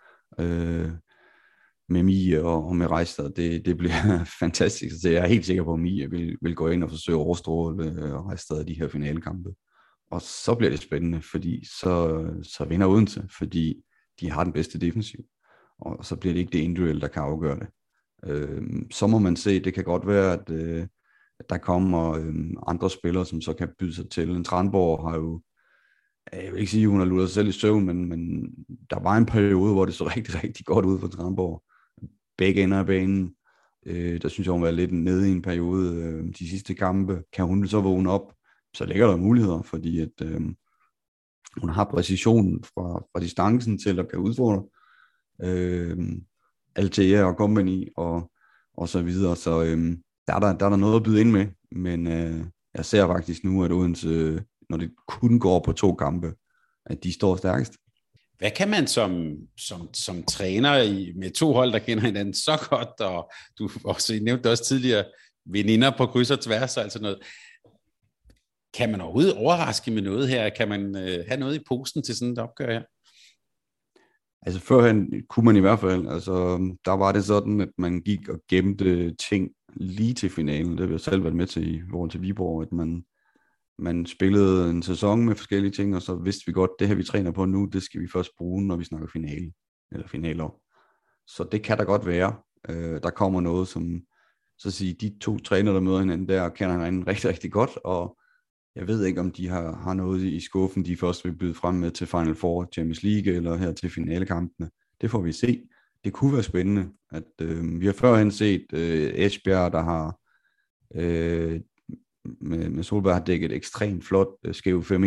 med Mie og med Rejstad. Det bliver fantastisk. Så jeg er helt sikker på, at Mie vil gå ind og forsøge at overstråle Rejstad i de her finalekampe. Og så bliver det spændende, fordi så vinder Odense, fordi de har den bedste defensiv. Og så bliver det ikke det individuelle, der kan afgøre det. Så må man se, det kan godt være, at der kommer andre spillere, som så kan byde sig til. En Tranborg har jo Jeg vil ikke sige, at hun har luttet sig selv i søvn, men der var en periode, hvor det så rigtig, rigtig godt ud for Tranborg. Begge ender af banen. Der synes jeg, hun var lidt nede i en periode. De sidste kampe, kan hun så vågne op, så ligger der muligheder, fordi at, hun har præcisionen fra distancen til at kan udfordre Altea og company og så videre. Så der er der noget at byde ind med, men jeg ser faktisk nu, at Odense, når det kun går på 2 kampe, at de står stærkest. Hvad kan man som træner med 2 hold, der kender hinanden så godt, og du nævnte også tidligere veninder på kryds og tværs og altså noget. Kan man overhovedet overraske med noget her? Kan man have noget i posen til sådan et opgør her? Altså førhen kunne man i hvert fald, altså der var det sådan, at man gik og gemte ting lige til finalen. Det har jeg selv været med til i forhold til Viborg, at man spillede en sæson med forskellige ting, og så vidste vi godt, det her vi træner på nu, det skal vi først bruge, når vi snakker finale, eller finaler. Så det kan der godt være. Der kommer noget, som så siger, de 2 trænere, der møder hinanden der, kender hinanden rigtig, rigtig godt, og jeg ved ikke, om de har noget i skuffen, de først vil byde frem med til Final Four, Champions League, eller her til finalekampene. Det får vi se. Det kunne være spændende, at vi har førhen set Esbjerg, der har med Solberg har dækket ekstremt flot skæv 5-1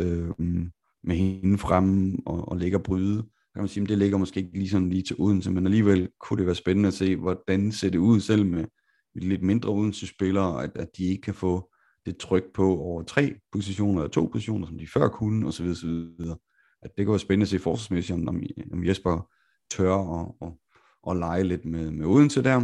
med hende fremme og ligger bryde. Kan man sige, at det ligger måske ikke lige til Odense, men alligevel kunne det være spændende at se, hvordan ser det ud selv med lidt mindre Odense-spillere, at de ikke kan få det tryk på over 3 positioner eller 2 positioner, som de før kunne, osv. At det kan være spændende at se forsvarsmæssigt, om Jesper tør at lege lidt med Odense der.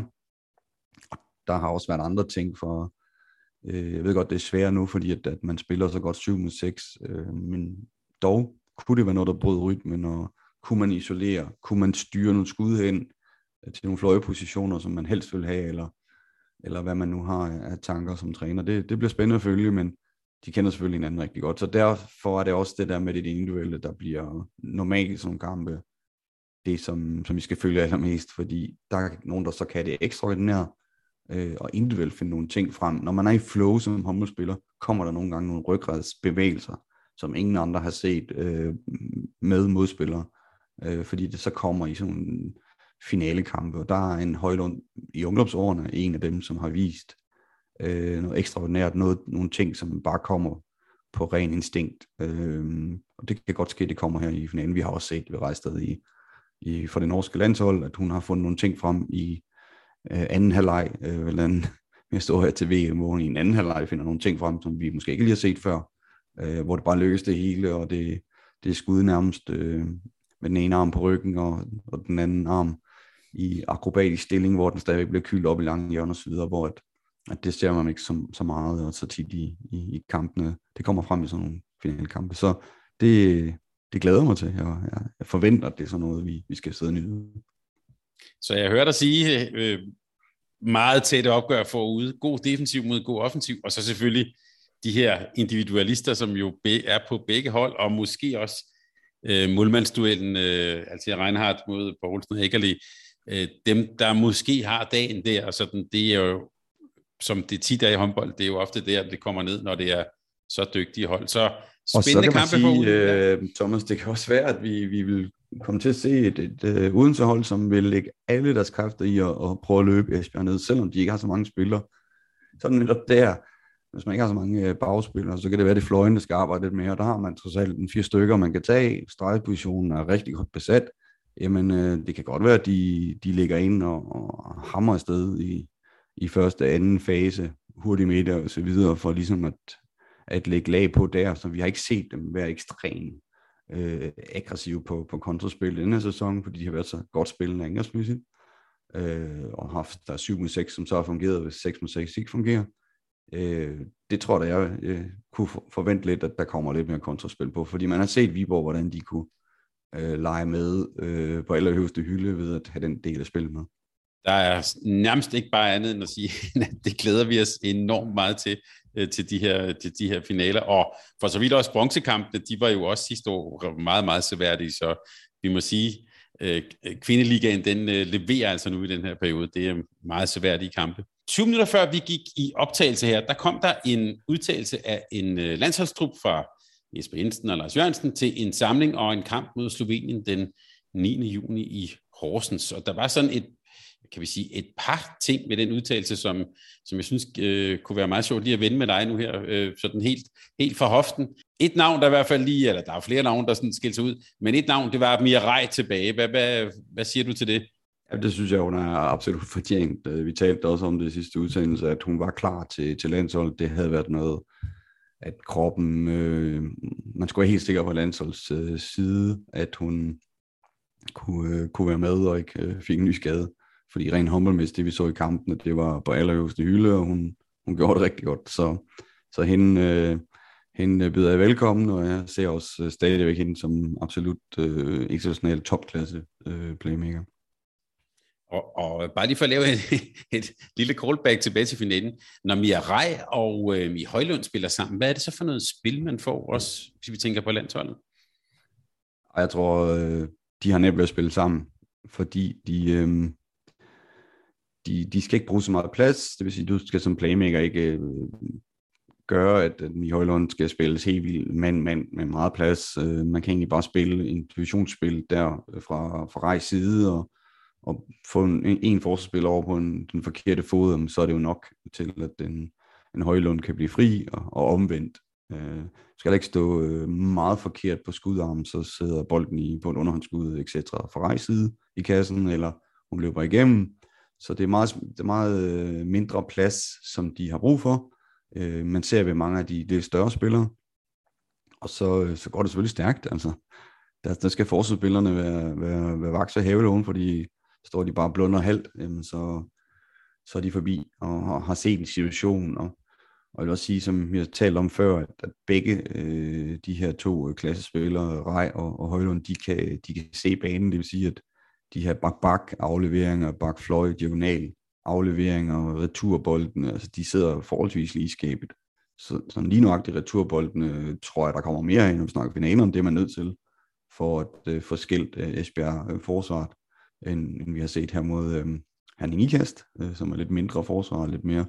Der har også været andre ting for. Jeg ved godt, det er svært nu, fordi at man spiller så godt 7-6, men dog kunne det være noget, der brød rytmen, og kunne man isolere, kunne man styre nogle skud hen til nogle fløjepositioner, som man helst vil have, eller hvad man nu har af tanker som træner. Det bliver spændende at følge, men de kender selvfølgelig hinanden rigtig godt, så derfor er det også det der med det individuelle, der bliver normalt som kampe, det som vi skal følge allermest, fordi der er nogen, der så kan det ekstraordinært, og individuelt finde nogle ting frem. Når man er i flow som håndboldspiller, kommer der nogle gange nogle ryggradsbevægelser, som ingen andre har set med modspillere, fordi det så kommer i sådan en finalekampe, og der er en Højlund i ungdomsårene, en af dem, som har vist noget ekstraordinært, nogle ting, som bare kommer på ren instinkt, og det kan godt ske, det kommer her i finalen. Vi har også set ved Rejstad for det norske landshold, at hun har fundet nogle ting frem i anden halvleg, jeg står her til VM, hvor hun i en anden halvleg finder nogle ting frem, som vi måske ikke lige har set før, hvor det bare lykkes det hele, og det er skud nærmest med den ene arm på ryggen, og den anden arm i akrobatisk stilling, hvor den stadigvæk bliver kylet op i lange hjørner og så videre, hvor at det ser man ikke så meget, og så tit i kampene. Det kommer frem i sådan nogle finalekampe, så det glæder mig til. Jeg forventer, at det er sådan noget, vi skal sidde og nyde. Så jeg hører dig sige meget tætte opgør forude. God defensiv mod god offensiv, og så selvfølgelig de her individualister, som jo er på begge hold, og måske også målmandsduellen, altså Reinhardt mod Poulsen og Eggerli, dem, der måske har dagen der, og sådan, det er jo, som det tit er i håndbold, det er jo ofte der, det kommer ned, når det er så dygtige hold. Så spændende kampe for Thomas, det kan også være, at vi vil komme til at se et Odense-hold, som vil lægge alle deres kræfter i at prøve at løbe Esbjerg ned, selvom de ikke har så mange spillere. Sådan netop der, hvis man ikke har så mange bagspillere, så kan det være, det fløjen, der skal arbejde lidt mere, og der har man trods alt 4 stykker, man kan tage. Stregpositionen er rigtig godt besat. Jamen, det kan godt være, at de ligger ind og hammer afsted i første, anden fase, hurtigt middag og så videre, for ligesom at lægge lag på der, så vi har ikke set dem være ekstremt aggressive på kontraspil i denne her sæson, fordi de har været så godt spillende angrebsmæssigt, og haft der 7-6, som så har fungeret, hvis 6-6 ikke fungerer. Det tror jeg kunne forvente lidt, at der kommer lidt mere kontraspil på, fordi man har set Viborg, hvordan de kunne lege med på allerhøjeste hylde ved at have den del af spillet med. Der er nærmest ikke bare andet end at sige, at det glæder vi os enormt meget til de her finaler, og for så vidt også bronzekampene, de var jo også sidste år meget, meget seværdige, så vi må sige, kvindeligaen, den leverer altså nu i den her periode. Det er meget seværdige kampe. 20 minutter før vi gik i optagelse her, der kom der en udtalelse af en landsholdstrup fra Jesper Jensen og Lars Jørgensen til en samling og en kamp mod Slovenien den 9. juni i Horsens. Og der var sådan et par ting med den udtalelse, som jeg synes kunne være meget sjovt lige at vende med dig nu her, sådan helt fra hoften. Et navn, der i hvert fald lige, eller der er flere navn, der sådan skilte sig ud, men et navn, det var Mia Rej tilbage. Hvad siger du til det? Ja, det synes jeg, hun er absolut fortjent. Vi talte også om det i sidste udsendelse, at hun var klar til landsholdet. Det havde været noget, at kroppen, man skulle være helt sikker på landsholds side, at hun kunne være med og ikke fik en ny skade. Fordi rent håndboldmæssigt, det vi så i kampen, det var på allerøverste hylde, og hun gjorde det rigtig godt. Så hende byder jeg velkommen, og jeg ser også stadigvæk hende som absolut exceptionel topklasse playmaker. Og bare lige for at lave et lille callback tilbage til finalen. Når Mia Rej og Mie Højlund spiller sammen, hvad er det så for noget spil, man får også, hvis vi tænker på landsholdet? Jeg tror, de har nemt ved at spille sammen, fordi de skal ikke bruge så meget plads. Det vil sige, du skal som playmaker ikke gøre, at Mie Højlund skal spilles helt vildt mand med meget plads. Man kan egentlig bare spille en divisionsspil der fra Rejs side, og få en forsvarsspiller over på den forkerte fod, så er det jo nok til, at en Højlund kan blive fri og omvendt. Skal der ikke stå meget forkert på skudarmen, så sidder bolden på en underhåndsskud, etc. fra Rejs side i kassen, eller hun løber igennem. Så det er meget mindre plads, som de har brug for. Man ser ved mange af de lidt større spillere. Og så går det selvfølgelig stærkt. Altså, der skal forsvarsspillerne være vaks og hævelån, fordi står de bare blunder halvt, så er de forbi og har set en situation. Og jeg vil også sige, som vi har talt om før, at begge de her to klassespillere, Rej og Højlund, de kan se banen. Det vil sige, at de her bak-afleveringer, bak-fløj, diagonal afleveringer og returboldene, altså de sidder forholdsvis lige i skabet. Så lige nøjagtigt returboldene, tror jeg, der kommer mere ind, når vi snakker finalen, det er man nødt til, for at få skilt Esbjerg forsvaret, end vi har set her mod Herning Ikast, som er lidt mindre forsvar, lidt mere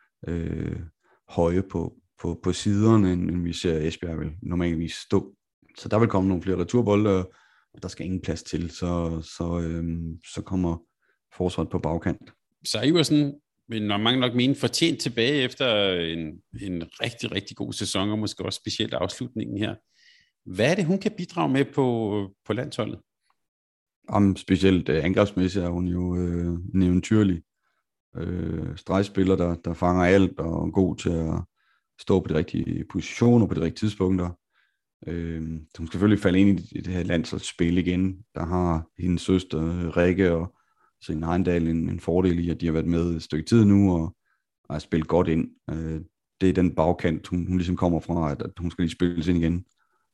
høje på siderne, end vi ser Esbjerg vil normalvis stå. Så der vil komme nogle flere returbolde, og der skal ingen plads til, så kommer forsvaret på bagkant. Så Iversen vil nok mene fortjent tilbage efter en rigtig, rigtig god sæson, og måske også specielt afslutningen her. Hvad er det, hun kan bidrage med på landsholdet? Specielt angrebsmæssigt er hun jo en eventyrlig stregspiller, der fanger alt og er god til at stå på de rigtige positioner på de rigtige tidspunkter. Hun skal selvfølgelig falde ind i det her landsholdsspil igen. Der har hendes søster Rikke og Signe Heindal en fordel i, at de har været med et stykke tid nu og har spillet godt ind. Det er den bagkant, hun ligesom kommer fra, at hun skal lige spilles ind igen.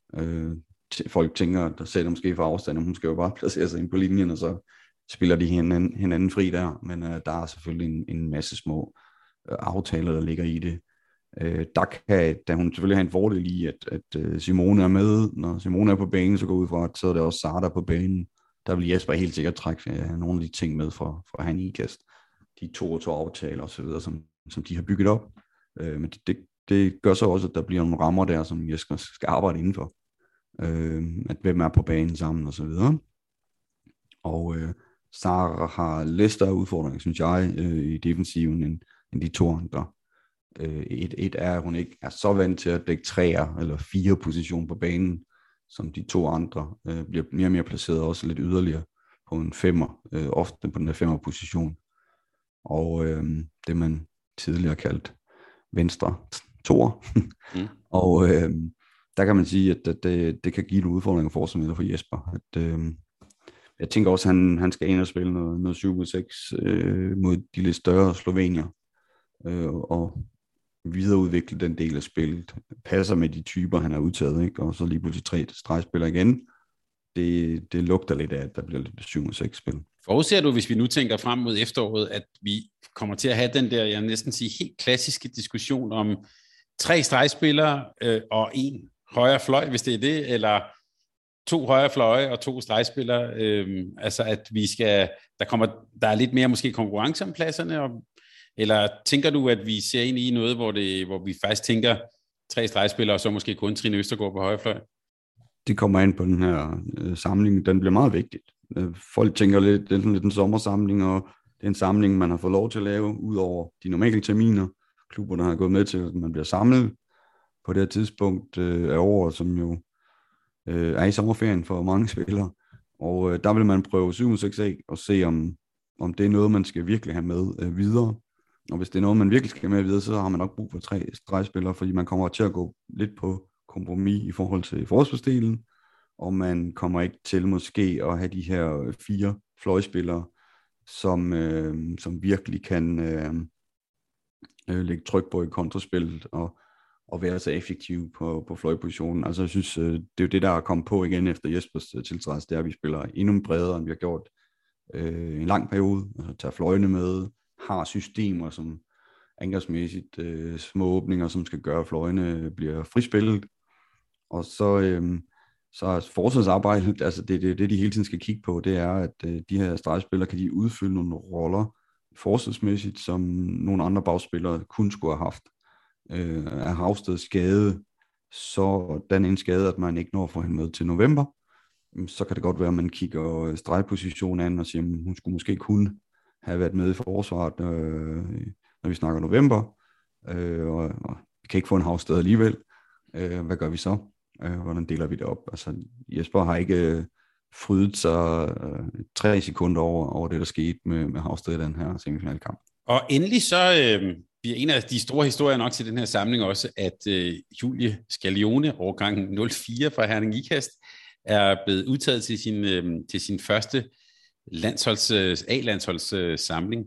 Folk tænker, der sætter måske for afstand, at hun skal jo bare placere sig ind på linjen, og så spiller de hinanden fri der. Men der er selvfølgelig en masse små aftaler, der ligger i det. Der hun selvfølgelig have en fordel i, at Simone er med. Når Simone er på banen, så går ud fra, at så er det også Sarda på banen. Der vil Jesper helt sikkert trække nogle af de ting med fra Herning Ikast. De 2 aftaler osv., som de har bygget op. Men det gør så også, at der bliver nogle rammer der, som Jesper skal arbejde indenfor. At hvem er på banen sammen osv. Og Sarah har lidt større udfordringer, synes jeg, i defensiven end de 2 andre. Et er, at hun ikke er så vant til at dække 3 eller 4 position på banen, som de 2 andre bliver mere og mere placeret også lidt yderligere på en 5'er, ofte på den der 5'er position. Og det man tidligere kaldt venstre toer. Og der kan man sige, at det kan give nogle udfordringer for Jesper. Jeg tænker også, at han skal ind og spille noget 7-6 mod de lidt større Slovenier. Og videreudvikle den del af spillet. Passer med de typer, han har udtaget, ikke? Og så lige pludselig 3 stregspillere igen. Det lugter lidt af, at der bliver lidt 7-6 spil. Forudser du, hvis vi nu tænker frem mod efteråret, at vi kommer til at have den der, jeg vil næsten sige, helt klassiske diskussion om 3 stregspillere og 1 højre fløj, hvis det er det, eller 2 højre fløje og 2 stregspillere, altså at der er lidt mere måske konkurrence om pladserne, eller tænker du, at vi ser ind i noget, hvor vi faktisk tænker, 3 stregspillere, og så måske kun Trine Østergaard på højre fløj? Det kommer ind på den her samling. Den bliver meget vigtig. Folk tænker lidt, det er sådan lidt en sommersamling, og det er en samling, man har fået lov til at lave, ud over de normale terminer. Klubberne har gået med til, at man bliver samlet på det her tidspunkt af året, som jo er i sommerferien for mange spillere. Og der vil man prøve 7-6 og se, om det er noget, man skal virkelig have med videre. Og hvis det er noget, man virkelig skal have med videre, så har man nok brug for 3 stregspillere, fordi man kommer til at gå lidt på kompromis i forhold til forsvarsdelen, og man kommer ikke til måske at have de her 4 fløjspillere, som virkelig kan lægge tryk på i kontraspillet og være så effektiv på fløjpositionen. Altså jeg synes, det er jo det, der er kommet på igen efter Jespers tiltrædelse, det er, at vi spiller endnu bredere, end vi har gjort en lang periode. Altså tager fløjene med, har systemer, som angrebsmæssigt små åbninger, som skal gøre, at fløjene bliver frispillet. Og så er forsvarsarbejdet, altså det, de hele tiden skal kigge på, det er, at de her stregspillere, kan de udfylde nogle roller forsvarsmæssigt, som nogle andre bagspillere kun skulle have haft. Er Hausted skade, så den en skade, at man ikke når at få hende med til november, så kan det godt være, at man kigger stregposition an og siger, at hun skulle måske kunne have været med i forsvaret, når vi snakker november, og vi kan ikke få en Hausted alligevel. Hvad gør vi så? Hvordan deler vi det op? Altså, Jesper har ikke frydet sig 3 sekunder over det, der skete med Hausted i den her semifinalkamp. Og endelig så bliver en af de store historier nok til den her samling også, at Julie Scaglione, årgang 04 fra Herning Ikast, er blevet udtaget til sin første A-landsholds samling.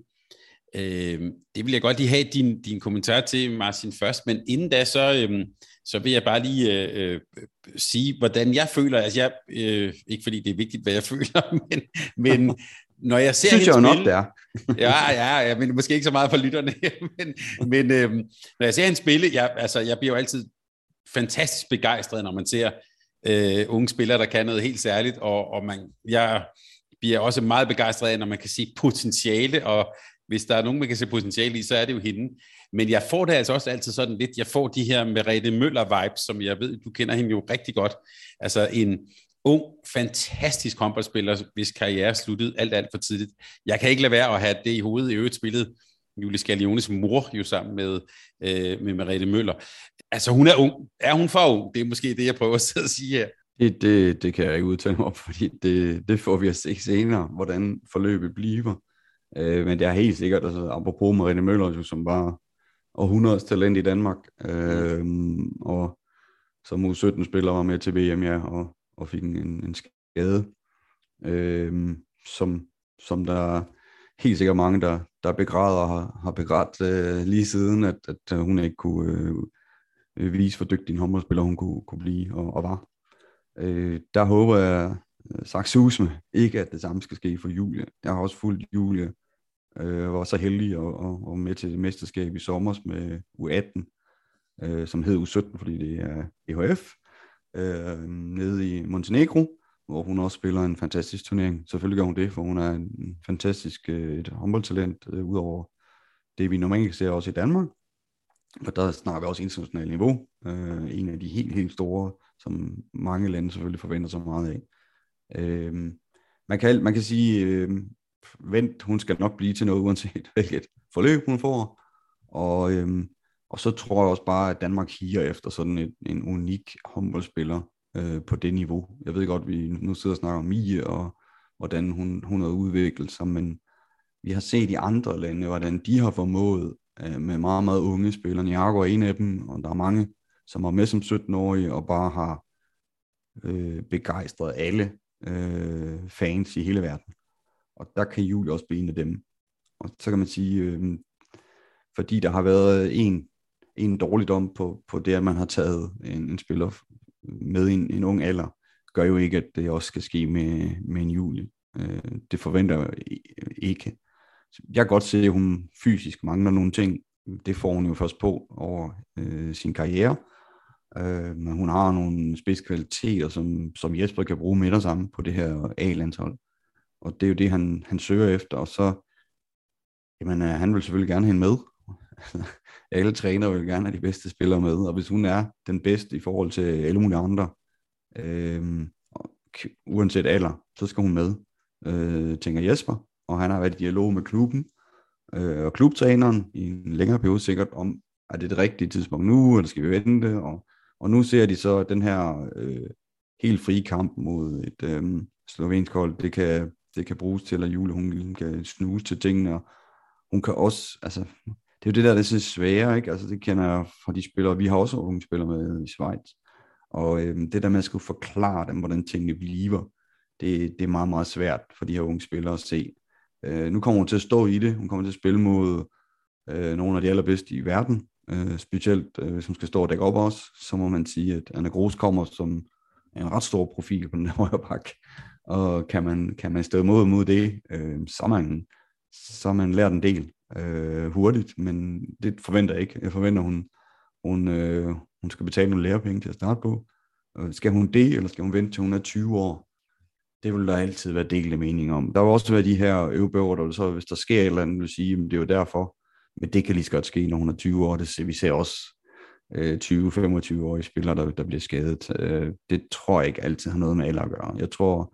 Det vil jeg godt lige have din kommentar til, Martin, først, men inden da, så vil jeg bare lige sige, hvordan jeg føler. Altså jeg, ikke fordi det er vigtigt, hvad jeg føler, men når jeg ser synes jeg jo nok, det er. ja, men måske ikke så meget for lytterne, men når jeg ser hende spille, jeg bliver jo altid fantastisk begejstret, når man ser unge spillere, der kan noget helt særligt, og jeg bliver også meget begejstret af, når man kan se potentiale, og hvis der er nogen, man kan se potentiale i, så er det jo hende. Men jeg får det altså også altid sådan lidt, jeg får de her Merete Møller-vibes, som jeg ved, du kender hende jo rigtig godt. Altså en ung, fantastisk håndboldspiller, hvis karriere sluttede alt for tidligt. Jeg kan ikke lade være at have det i hovedet. I øvrigt spillet Julie Scagliones mor jo sammen med Merete Møller. Altså hun er ung. Er hun for ung? Det er måske det, jeg prøver at sige her. Det kan jeg ikke udtale mig om, fordi det får vi at se senere, hvordan forløbet bliver. Men det er helt sikkert, altså apropos Merete Møller, som var århundredes talent i Danmark, og som U17-spiller var med til VM, ja, og fik en skade, som der helt sikkert mange, der begræder og har begrædt lige siden, at hun ikke kunne vise, hvor dygtig en håndboldspiller hun kunne blive og var. Der håber jeg sakssusme ikke, at det samme skal ske for Julie. Jeg har også fulgt Julie, var så heldig og med til det mesterskab i sommer med U18, som hed U17, fordi det er EHF, nede i Montenegro, hvor hun også spiller en fantastisk turnering. Selvfølgelig gør hun det, for hun er en fantastisk et håndboldtalent, udover det, vi normalt ser også i Danmark. Og der snakker vi også internationalt niveau. En af de helt store, som mange lande selvfølgelig forventer så meget af. Man kan sige, vent, hun skal nok blive til noget, uanset hvilket forløb hun får. Og så tror jeg også bare, at Danmark higer efter sådan en unik håndboldspiller på det niveau. Jeg ved godt, vi nu sidder og snakker om Mie, og hvordan hun har udviklet sig, men vi har set i andre lande, hvordan de har formået med meget, meget unge spillere. Niago er en af dem, og der er mange, som er med som 17-årige, og bare har begejstret alle fans i hele verden. Og der kan Julie også blive en af dem. Og så kan man sige, fordi der har været en dårligdom på det, at man har taget en spiller med en ung alder, gør jo ikke, at det også skal ske med en Julie. Det forventer jeg ikke. Jeg kan godt se, at hun fysisk mangler nogle ting. Det får hun jo først på over sin karriere. Men hun har nogle spidskvaliteter, som Jesper kan bruge med og sammen på det her A-landshold. Og det er jo det, han søger efter. Og så, jamen, han vil selvfølgelig gerne have hende med. Alle trænere vil gerne have de bedste spillere med, og hvis hun er den bedste i forhold til alle mulige andre, uanset alder, så skal hun med, tænker Jesper, og han har været i dialog med klubben, og klubtræneren i en længere periode sikkert om, er det rigtige tidspunkt nu, eller skal vi vente, og nu ser de så den her helt frie kamp mod et slovensk hold, det kan bruges til, at Julie hun kan snuse til tingene, og hun kan også, altså, det er jo det der, det er svære, ikke? Altså, det kender jeg fra de spillere, vi har også unge spillere med i Schweiz, og det der med at skulle forklare dem, hvordan tingene bliver, det er meget, meget svært for de her unge spillere at se. Nu kommer hun til at stå i det, hun kommer til at spille mod nogle af de allerbedste i verden, specielt hvis hun skal stå og dække op også, så må man sige, at Anna Gros kommer som en ret stor profil på den højre bak, og kan man stå mod det, så man lært en del hurtigt, men det forventer jeg ikke. Jeg forventer, hun skal betale nogle lærepenge til at starte på. Skal hun det, eller skal hun vente til hun er 20 år? Det vil der altid være delte meninger om. Der vil også være de her øvebøger, der så, hvis der sker et eller andet, vil sige, det er jo derfor, men det kan lige så godt ske, når hun er 20 år. Vi ser også 20-25-årige spillere, der bliver skadet. Det tror jeg ikke altid har noget med alder at gøre. Jeg tror,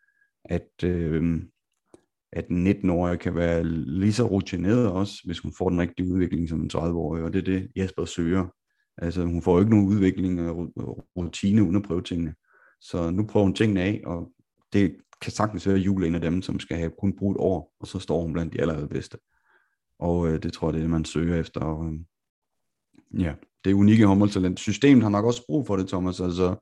at en 19-årig kan være lige så rutineret også, hvis hun får den rigtige udvikling som en 30-årig, og det er det, Jesper søger. Altså, hun får jo ikke nogen udvikling og rutine uden at prøve tingene. Så nu prøver hun tingene af, og det kan sagtens være, at Julie er en af dem, som skal have kun brugt et år, og så står hun blandt de allerbedste. Og det tror jeg, det er det, man søger efter. Og, ja, det er unikke håndboldtalent. Systemet har nok også brug for det, Thomas. Altså,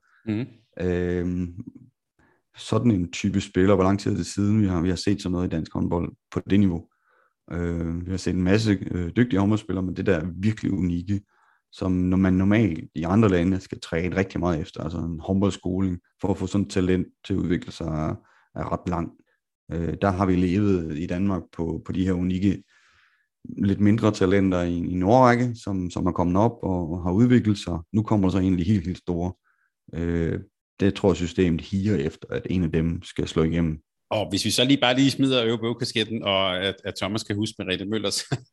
sådan en type spiller, hvor lang tid er det siden, vi har set sådan noget i dansk håndbold på det niveau. Vi har set en masse dygtige håndboldspillere, men det der er virkelig unikke, som når man normalt i andre lande skal træne rigtig meget efter, altså en håndboldskoling, for at få sådan et talent til at udvikle sig er ret lang. Der har vi levet i Danmark på de her unikke, lidt mindre talenter i en årrække, som er kommet op og har udviklet sig. Nu kommer der så egentlig helt store. Det tror jeg systemet higer efter, at en af dem skal slå igennem. Og hvis vi så lige smider øvebøvkasketten, og at Thomas kan huske Merete Møller,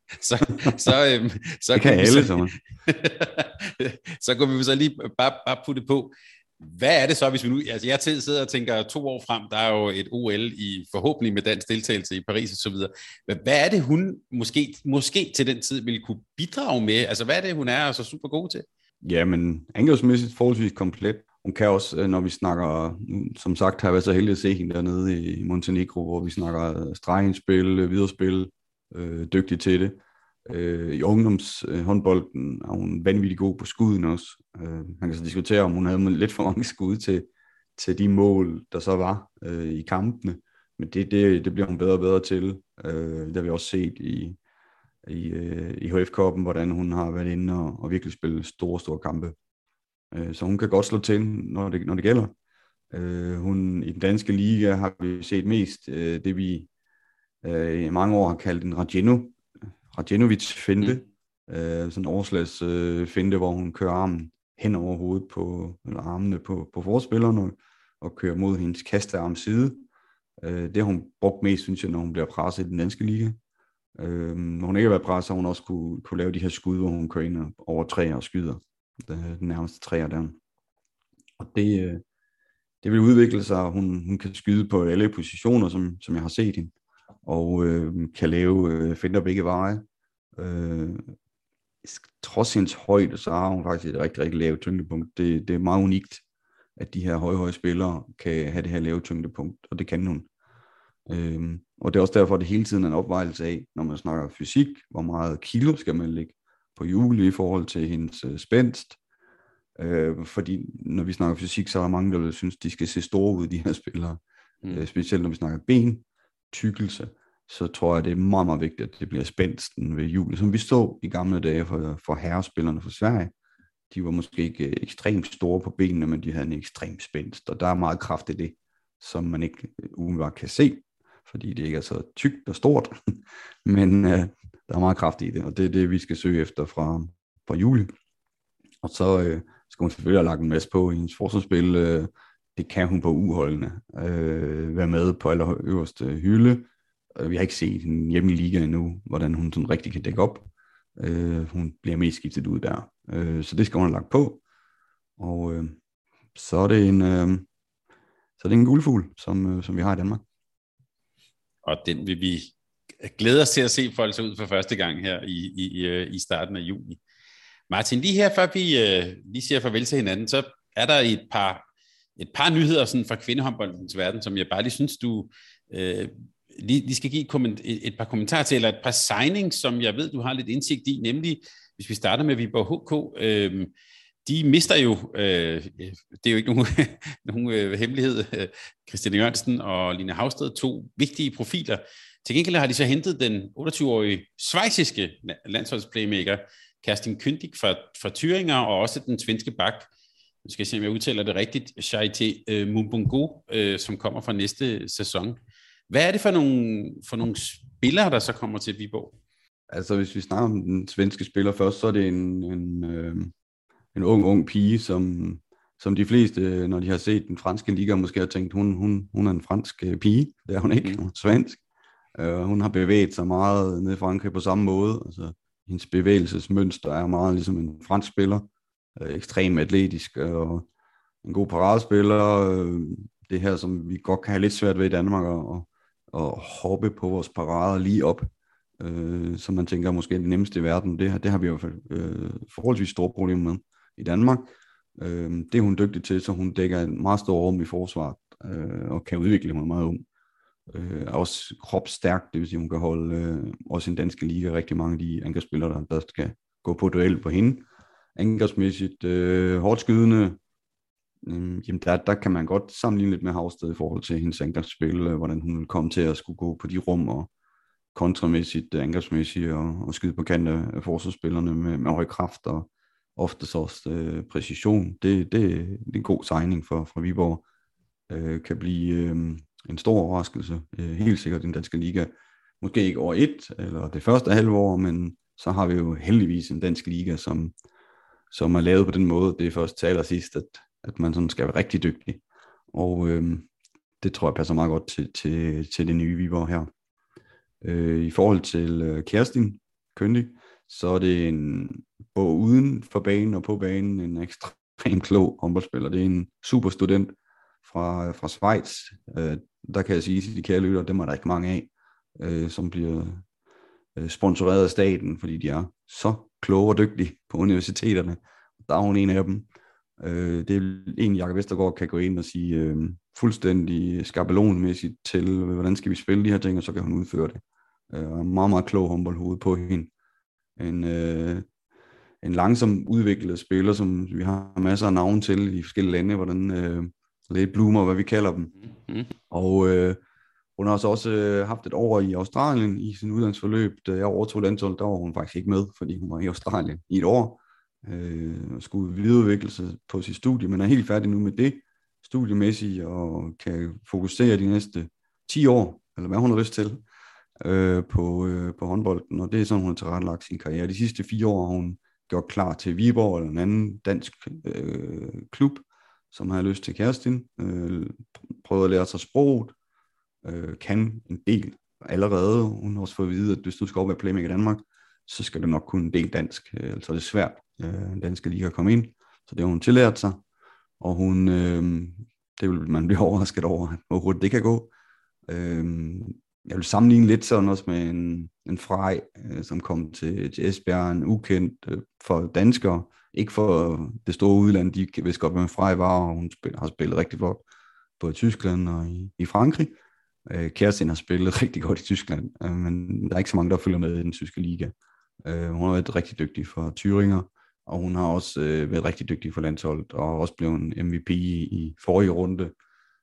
så det kan alle, Thomas. Så går vi så lige bare putte på. Hvad er det så, hvis vi nu... Altså, jeg sidder og tænker 2 år frem, der er jo et OL i forhåbentlig med dansk deltagelse i Paris og så videre. Hvad er det, hun måske til den tid ville kunne bidrage med? Altså, hvad er det, hun er så super god til? Jamen, angrebsmæssigt forholdsvis komplet. Hun kan også, når vi snakker, som sagt har jeg været så heldig at se hende dernede i Montenegro, hvor vi snakker stregspil, viderespil, dygtig til det. I ungdomshåndbolden er hun vanvittig god på skuden også. Man kan så diskutere, om hun havde lidt for mange skud til de mål, der så var i kampene. Men det bliver hun bedre og bedre til. Det har vi også set i HF-koppen, hvordan hun har været inde og virkelig spillet store kampe. Så hun kan godt slå til, når det gælder. Hun i den danske liga har vi set mest det vi i mange år har kaldt en Radjenovic-finte. Sådan en overslagsfinte, hvor hun kører armen hen over hovedet eller armene på forspillerne og kører mod hendes kastearm side. Det har hun brugt mest, synes jeg, når hun bliver presset i den danske liga. Når hun ikke har været presset, har hun også kunne lave de her skud, hvor hun kører ind over træer og skyder. Den nærmeste træer der. Og det vil udvikle sig, og hun kan skyde på alle positioner, som jeg har set hende, og kan lave finter begge veje. Trods hendes højde, så har hun faktisk et rigtig, rigtig lavt tyngdepunkt. Det er meget unikt, at de her høje spillere kan have det her lave tyngdepunkt, og det kan hun. Og det er også derfor, at det hele tiden er en opvejelse af, når man snakker fysik, hvor meget kilo skal man lægge på Julie i forhold til hendes spænst. Fordi når vi snakker fysik, så er der mange, der synes, de skal se store ud, de her spillere. Specielt når vi snakker ben, tykkelse, så tror jeg, det er meget, meget vigtigt, at det bliver spændsten ved Julie. Som vi så i gamle dage for herrespillerne fra Sverige. De var måske ikke ekstremt store på benene, men de havde en ekstrem spænst. Og der er meget kraft i det, som man ikke umiddelbart kan se, fordi det ikke er så tykt og stort. Men der er meget kraft i det, og det er det, vi skal søge efter fra Julie. Og så skal hun selvfølgelig have lagt en masse på i hendes forsvarsspil. Det kan hun på uholdene. Være med på allerøverste hylde. Vi har ikke set hende hjemme i liga endnu, hvordan hun sådan rigtig kan dække op. Hun bliver mest skiftet ud der. Så det skal hun have lagt på. Og så er det en guldfugl, som vi har i Danmark. Og den vil vi glæde os til at se folde sig ud for første gang her i starten af juni. Martin, lige her før vi lige siger farvel til hinanden, så er der et par nyheder sådan fra kvindehåndboldens verden, som jeg bare lige synes, du lige skal give et par kommentarer til, eller et par signings, som jeg ved, du har lidt indsigt i, nemlig, hvis vi starter med Viborg HK, de mister jo, det er jo ikke nogen hemmelighed, Christian Jørgensen og Line Havsted, 2 vigtige profiler. Til gengæld har de så hentet den 28-årige schweiziske landsholdsplaymaker, Kerstin Kündig fra Thüringer, og også den svenske bak, nu skal jeg se, om jeg udtaler det rigtigt, Charité Mumbungo, som kommer fra næste sæson. Hvad er det for nogle spillere, der så kommer til Viborg? Altså, hvis vi snakker om den svenske spiller først, så er det en ung pige, som de fleste, når de har set den franske liga, måske har tænkt, hun er en fransk pige. Det er hun ikke, hun er svensk. Hun har bevæget sig meget ned i Frankrig på samme måde. Altså, hendes bevægelsesmønster er meget ligesom en fransk spiller. Ekstremt atletisk og en god paradespiller. Det her, som vi godt kan have lidt svært ved i Danmark, og hoppe på vores parader lige op. Som man tænker måske er det nemmeste i verden. Det har vi i hvert fald forholdsvis store problemer med i Danmark. Det er hun dygtig til, så hun dækker en meget stor rum i forsvaret, og kan udvikle mig meget ung. Også kropsstærk, det vil sige, hun kan holde også i den danske liga rigtig mange af de angrebsspillere, der skal gå på duel på hende. Angrebsmæssigt, hårdt skydende, jamen der kan man godt sammenligne lidt med Havsted i forhold til hendes angrebsspil, hvordan hun vil komme til at skulle gå på de rum, og kontramæssigt, angrebsmæssigt, og skyde på kant af forsvarsspillerne med høj kraft, og oftest også præcision. Det er en god signing fra Viborg. Kan blive en stor overraskelse, helt sikkert i den danske liga. Måske ikke over 1, eller det første halve år, men så har vi jo heldigvis en dansk liga, som er lavet på den måde. Det er først til allersidst, at man sådan skal være rigtig dygtig. Og det tror jeg passer meget godt til det nye Viborg her. I forhold til Kerstin Kündig, så er det både uden for banen og på banen en ekstremt klog håndboldspiller. Det er en super student fra Schweiz. Der kan jeg sige til de kære lyttere, dem er der ikke mange af, som bliver sponsoreret af staten, fordi de er så kloge og dygtige på universiteterne. Der er hun en af dem. Det er en, Jakob Vestergaard kan gå ind og sige fuldstændig skabelonmæssigt til, hvordan skal vi spille de her ting, og så kan hun udføre det. Meget, meget klog håndboldhoved på hende. En langsom udviklet spiller, som vi har masser af navne til i forskellige lande, hvordan lidt bloomer, hvad vi kalder dem. Og hun har også haft et år i Australien i sin uddannelsesforløb. Da jeg overtog landsholdet, der var hun faktisk ikke med, fordi hun var i Australien i et år. Skulle videreudvikle sig på sit studie, men er helt færdig nu med det studiemæssigt, og kan fokusere de næste 10 år, eller hvad hun har lyst til, på håndbolden, og det er sådan, hun har tilrettelagt sin karriere. De sidste 4 år har hun gjort klar til Viborg, eller en anden dansk klub, som har lyst til Kerstin, prøvet at lære sig sproget, kan en del allerede. Hun har også fået at vide, at hvis du skal op være playmaker i Danmark, så skal du nok kunne en del dansk, altså er det svært, den danske liga at komme ind, så det har hun tillært sig, og hun, det vil man blive overrasket over, hvor hurtigt det kan gå. Jeg vil sammenligne lidt sådan også med en Frej, som kom til Esbjerg, en ukendt for danskere, ikke for det store udland, de vidste godt, hvem Frej var, og hun har spillet rigtig godt både i Tyskland og i Frankrig. Kerstin har spillet rigtig godt i Tyskland, men der er ikke så mange, der følger med i den tyske liga. Hun har været rigtig dygtig for Thüringer, og hun har også været rigtig dygtig for landsholdet, og også blevet en MVP i forrige runde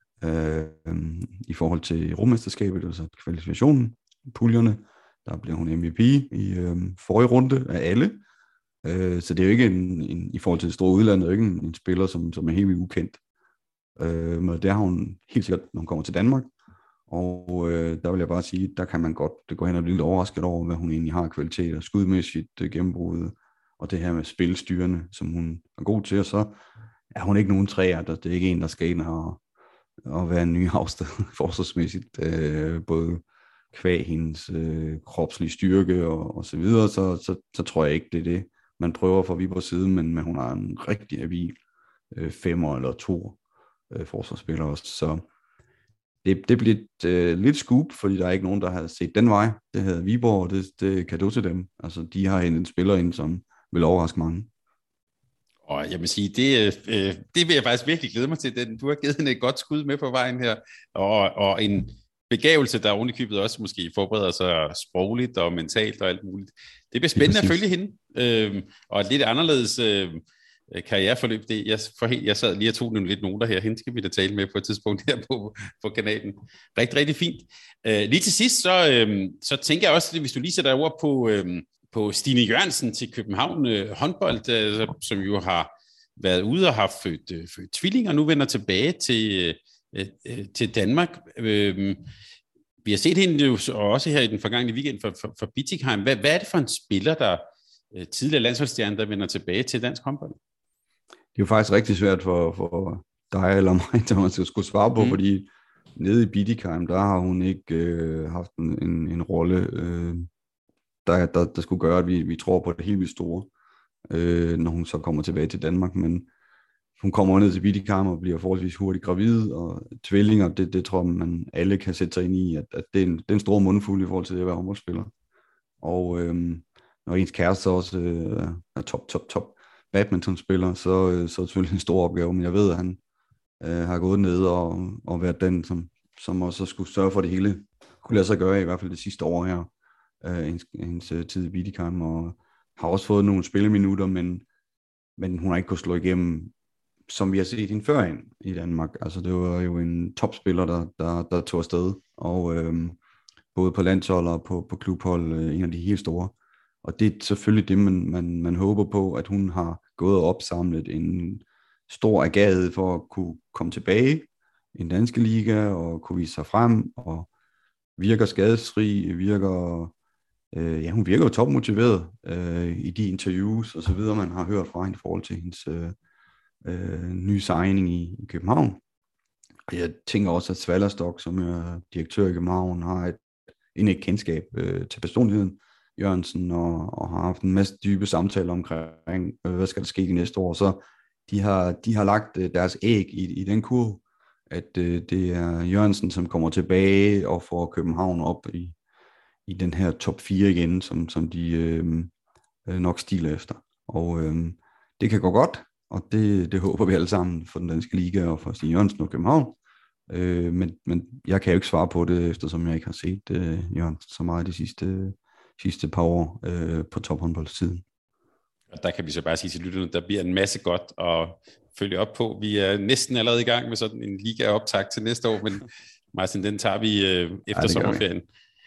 i forhold til Europamesterskabet, altså kvalifikationen, puljerne. Der blev hun MVP i forrige runde af alle. Så det er jo ikke i forhold til det store udland, det er jo ikke en spiller, som er helt vildt ukendt. Men det har hun helt sikkert, når hun kommer til Danmark. Og der vil jeg bare sige, der kan man godt det går hen og blive lidt overrasket over, hvad hun egentlig har af kvaliteter, skudmæssigt gennembrud, og det her med spilstyrende, som hun er god til, og så er hun ikke nogen træer, det er ikke en, der skal ind og være en ny Havsted forsvarsmæssigt, både kvæg hendes kropslige styrke og så videre, så tror jeg ikke, det er det, man prøver fra Viborgs side, men hun har en rigtig habil 5'er eller 2 forsvarsspiller også, så det bliver et lidt scoop, fordi der er ikke nogen, der har set den vej. Det hedder Viborg, og det kan du til dem. Altså, de har en spiller ind, som vil overraske mange. Og jeg vil sige, det vil jeg faktisk virkelig glæde mig til. Du har givet hende et godt skud med på vejen her, og en begavelse, der ovenikøbet også måske forbereder sig sprogligt og mentalt og alt muligt. Det bliver spændende at følge hende, og et lidt anderledes karriereforløb. Jeg sad lige og tog nogle lidt noter her. Hende skal vi da tale med på et tidspunkt her på kanalen. Rigtig, rigtig fint. Lige til sidst, så tænker jeg også, at hvis du lige sætter ord på Stine Jørgensen til København håndbold, som jo har været ude og har født tvillinger, og nu vender tilbage til Danmark. Vi har set hende jo også her i den forgangne weekend for Bietigheim. Hvad er det for en spiller, der tidligere landsholdsstjerne, der vender tilbage til dansk håndbold? Det er jo faktisk rigtig svært for dig eller mig, der man skulle svare på, fordi nede i Bietigheim, der har hun ikke haft en rolle, der skulle gøre, at vi tror på det helt vildt store, når hun så kommer tilbage til Danmark. Men hun kommer ned til Bietigheim og bliver forholdsvis hurtigt gravid, og tvillinger, det tror man alle kan sætte sig ind i, at det er en stor mundfuld i forhold til at være håndboldspiller. Og når ens kæreste også er top badmintonspiller, så er det selvfølgelig en stor opgave, men jeg ved, at han har gået ned og været den, som også skulle sørge for det hele, kunne lade sig gøre i hvert fald det sidste år her, hendes tid i Bietigheim, og har også fået nogle spilleminutter, men hun har ikke kunnet slå igennem, som vi har set hende førhen i Danmark. Altså det var jo en topspiller, der tog afsted, og både på landshold og på klubhold, en af de helt store. Og det er selvfølgelig det, man håber på, at hun har gået og opsamlet en stor agerighed for at kunne komme tilbage i den danske liga og kunne vise sig frem, og virker skadesfri, hun virker jo topmotiveret i de interviews og så videre, man har hørt fra hende i forhold til hendes nye signing i København. Og jeg tænker også, at Svallerstok, som er direktør i København, har et kendskab til personligheden Jørgensen, og har haft en masse dybe samtaler omkring, hvad skal der ske de næste år. Så de har lagt deres æg i den kurv, at det er Jørgensen, som kommer tilbage og får København op i den her top 4 igen, som de nok stiler efter. Og det kan gå godt, og det håber vi alle sammen for den danske liga og for Stine Jørgensen og København. Men jeg kan jo ikke svare på det, eftersom jeg ikke har set Jørgensen så meget de sidste par år på tophåndboldstiden. Og der kan vi så bare sige til lytterne, der bliver en masse godt at følge op på. Vi er næsten allerede i gang med sådan en liga-optakt til næste år, men Martin, den tager vi efter sommerferien.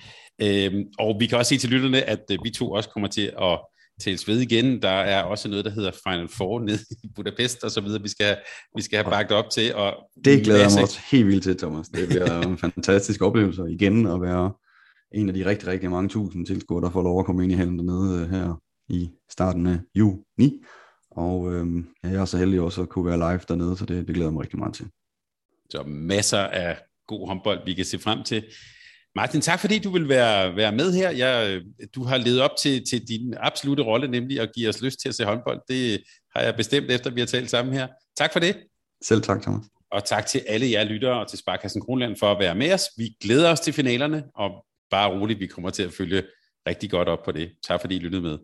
Og vi kan også sige til lytterne, at vi to også kommer til at tales ved igen. Der er også noget, der hedder Final Four nede i Budapest og så videre, vi skal have bakket op til. Og det glæder jeg mig også helt vildt til, Thomas. Det bliver en fantastisk oplevelse igen at være en af de rigtig, rigtig mange tusind tilskuere, der får lov at komme ind i hallen dernede her i starten af juni. Og jeg er så heldig også at kunne være live dernede, så det glæder jeg mig rigtig meget til. Så masser af god håndbold, vi kan se frem til. Martin, tak fordi du vil være med her. Du har levet op til din absolute rolle, nemlig at give os lyst til at se håndbold. Det har jeg bestemt efter, vi har talt sammen her. Tak for det. Selv tak, Thomas. Og tak til alle jer lyttere og til Sparkassen Kronjylland for at være med os. Vi glæder os til finalerne, og bare roligt, vi kommer til at følge rigtig godt op på det. Tak fordi I lyttede med.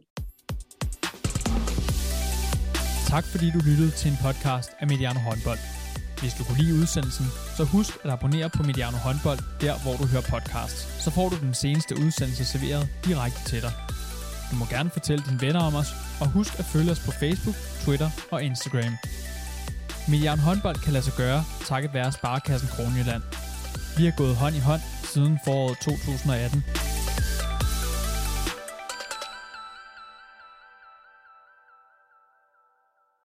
Tak fordi du lyttede til en podcast af Mediano Håndbold. Hvis du kunne lide udsendelsen, så husk at abonnere på Mediano Håndbold, der hvor du hører podcasts. Så får du den seneste udsendelse serveret direkte til dig. Du må gerne fortælle dine venner om os, og husk at følge os på Facebook, Twitter og Instagram. Mediano Håndbold kan lade sig gøre, takket være Sparkassen Kronjylland. Vi har gået hånd i hånd siden foråret 2018.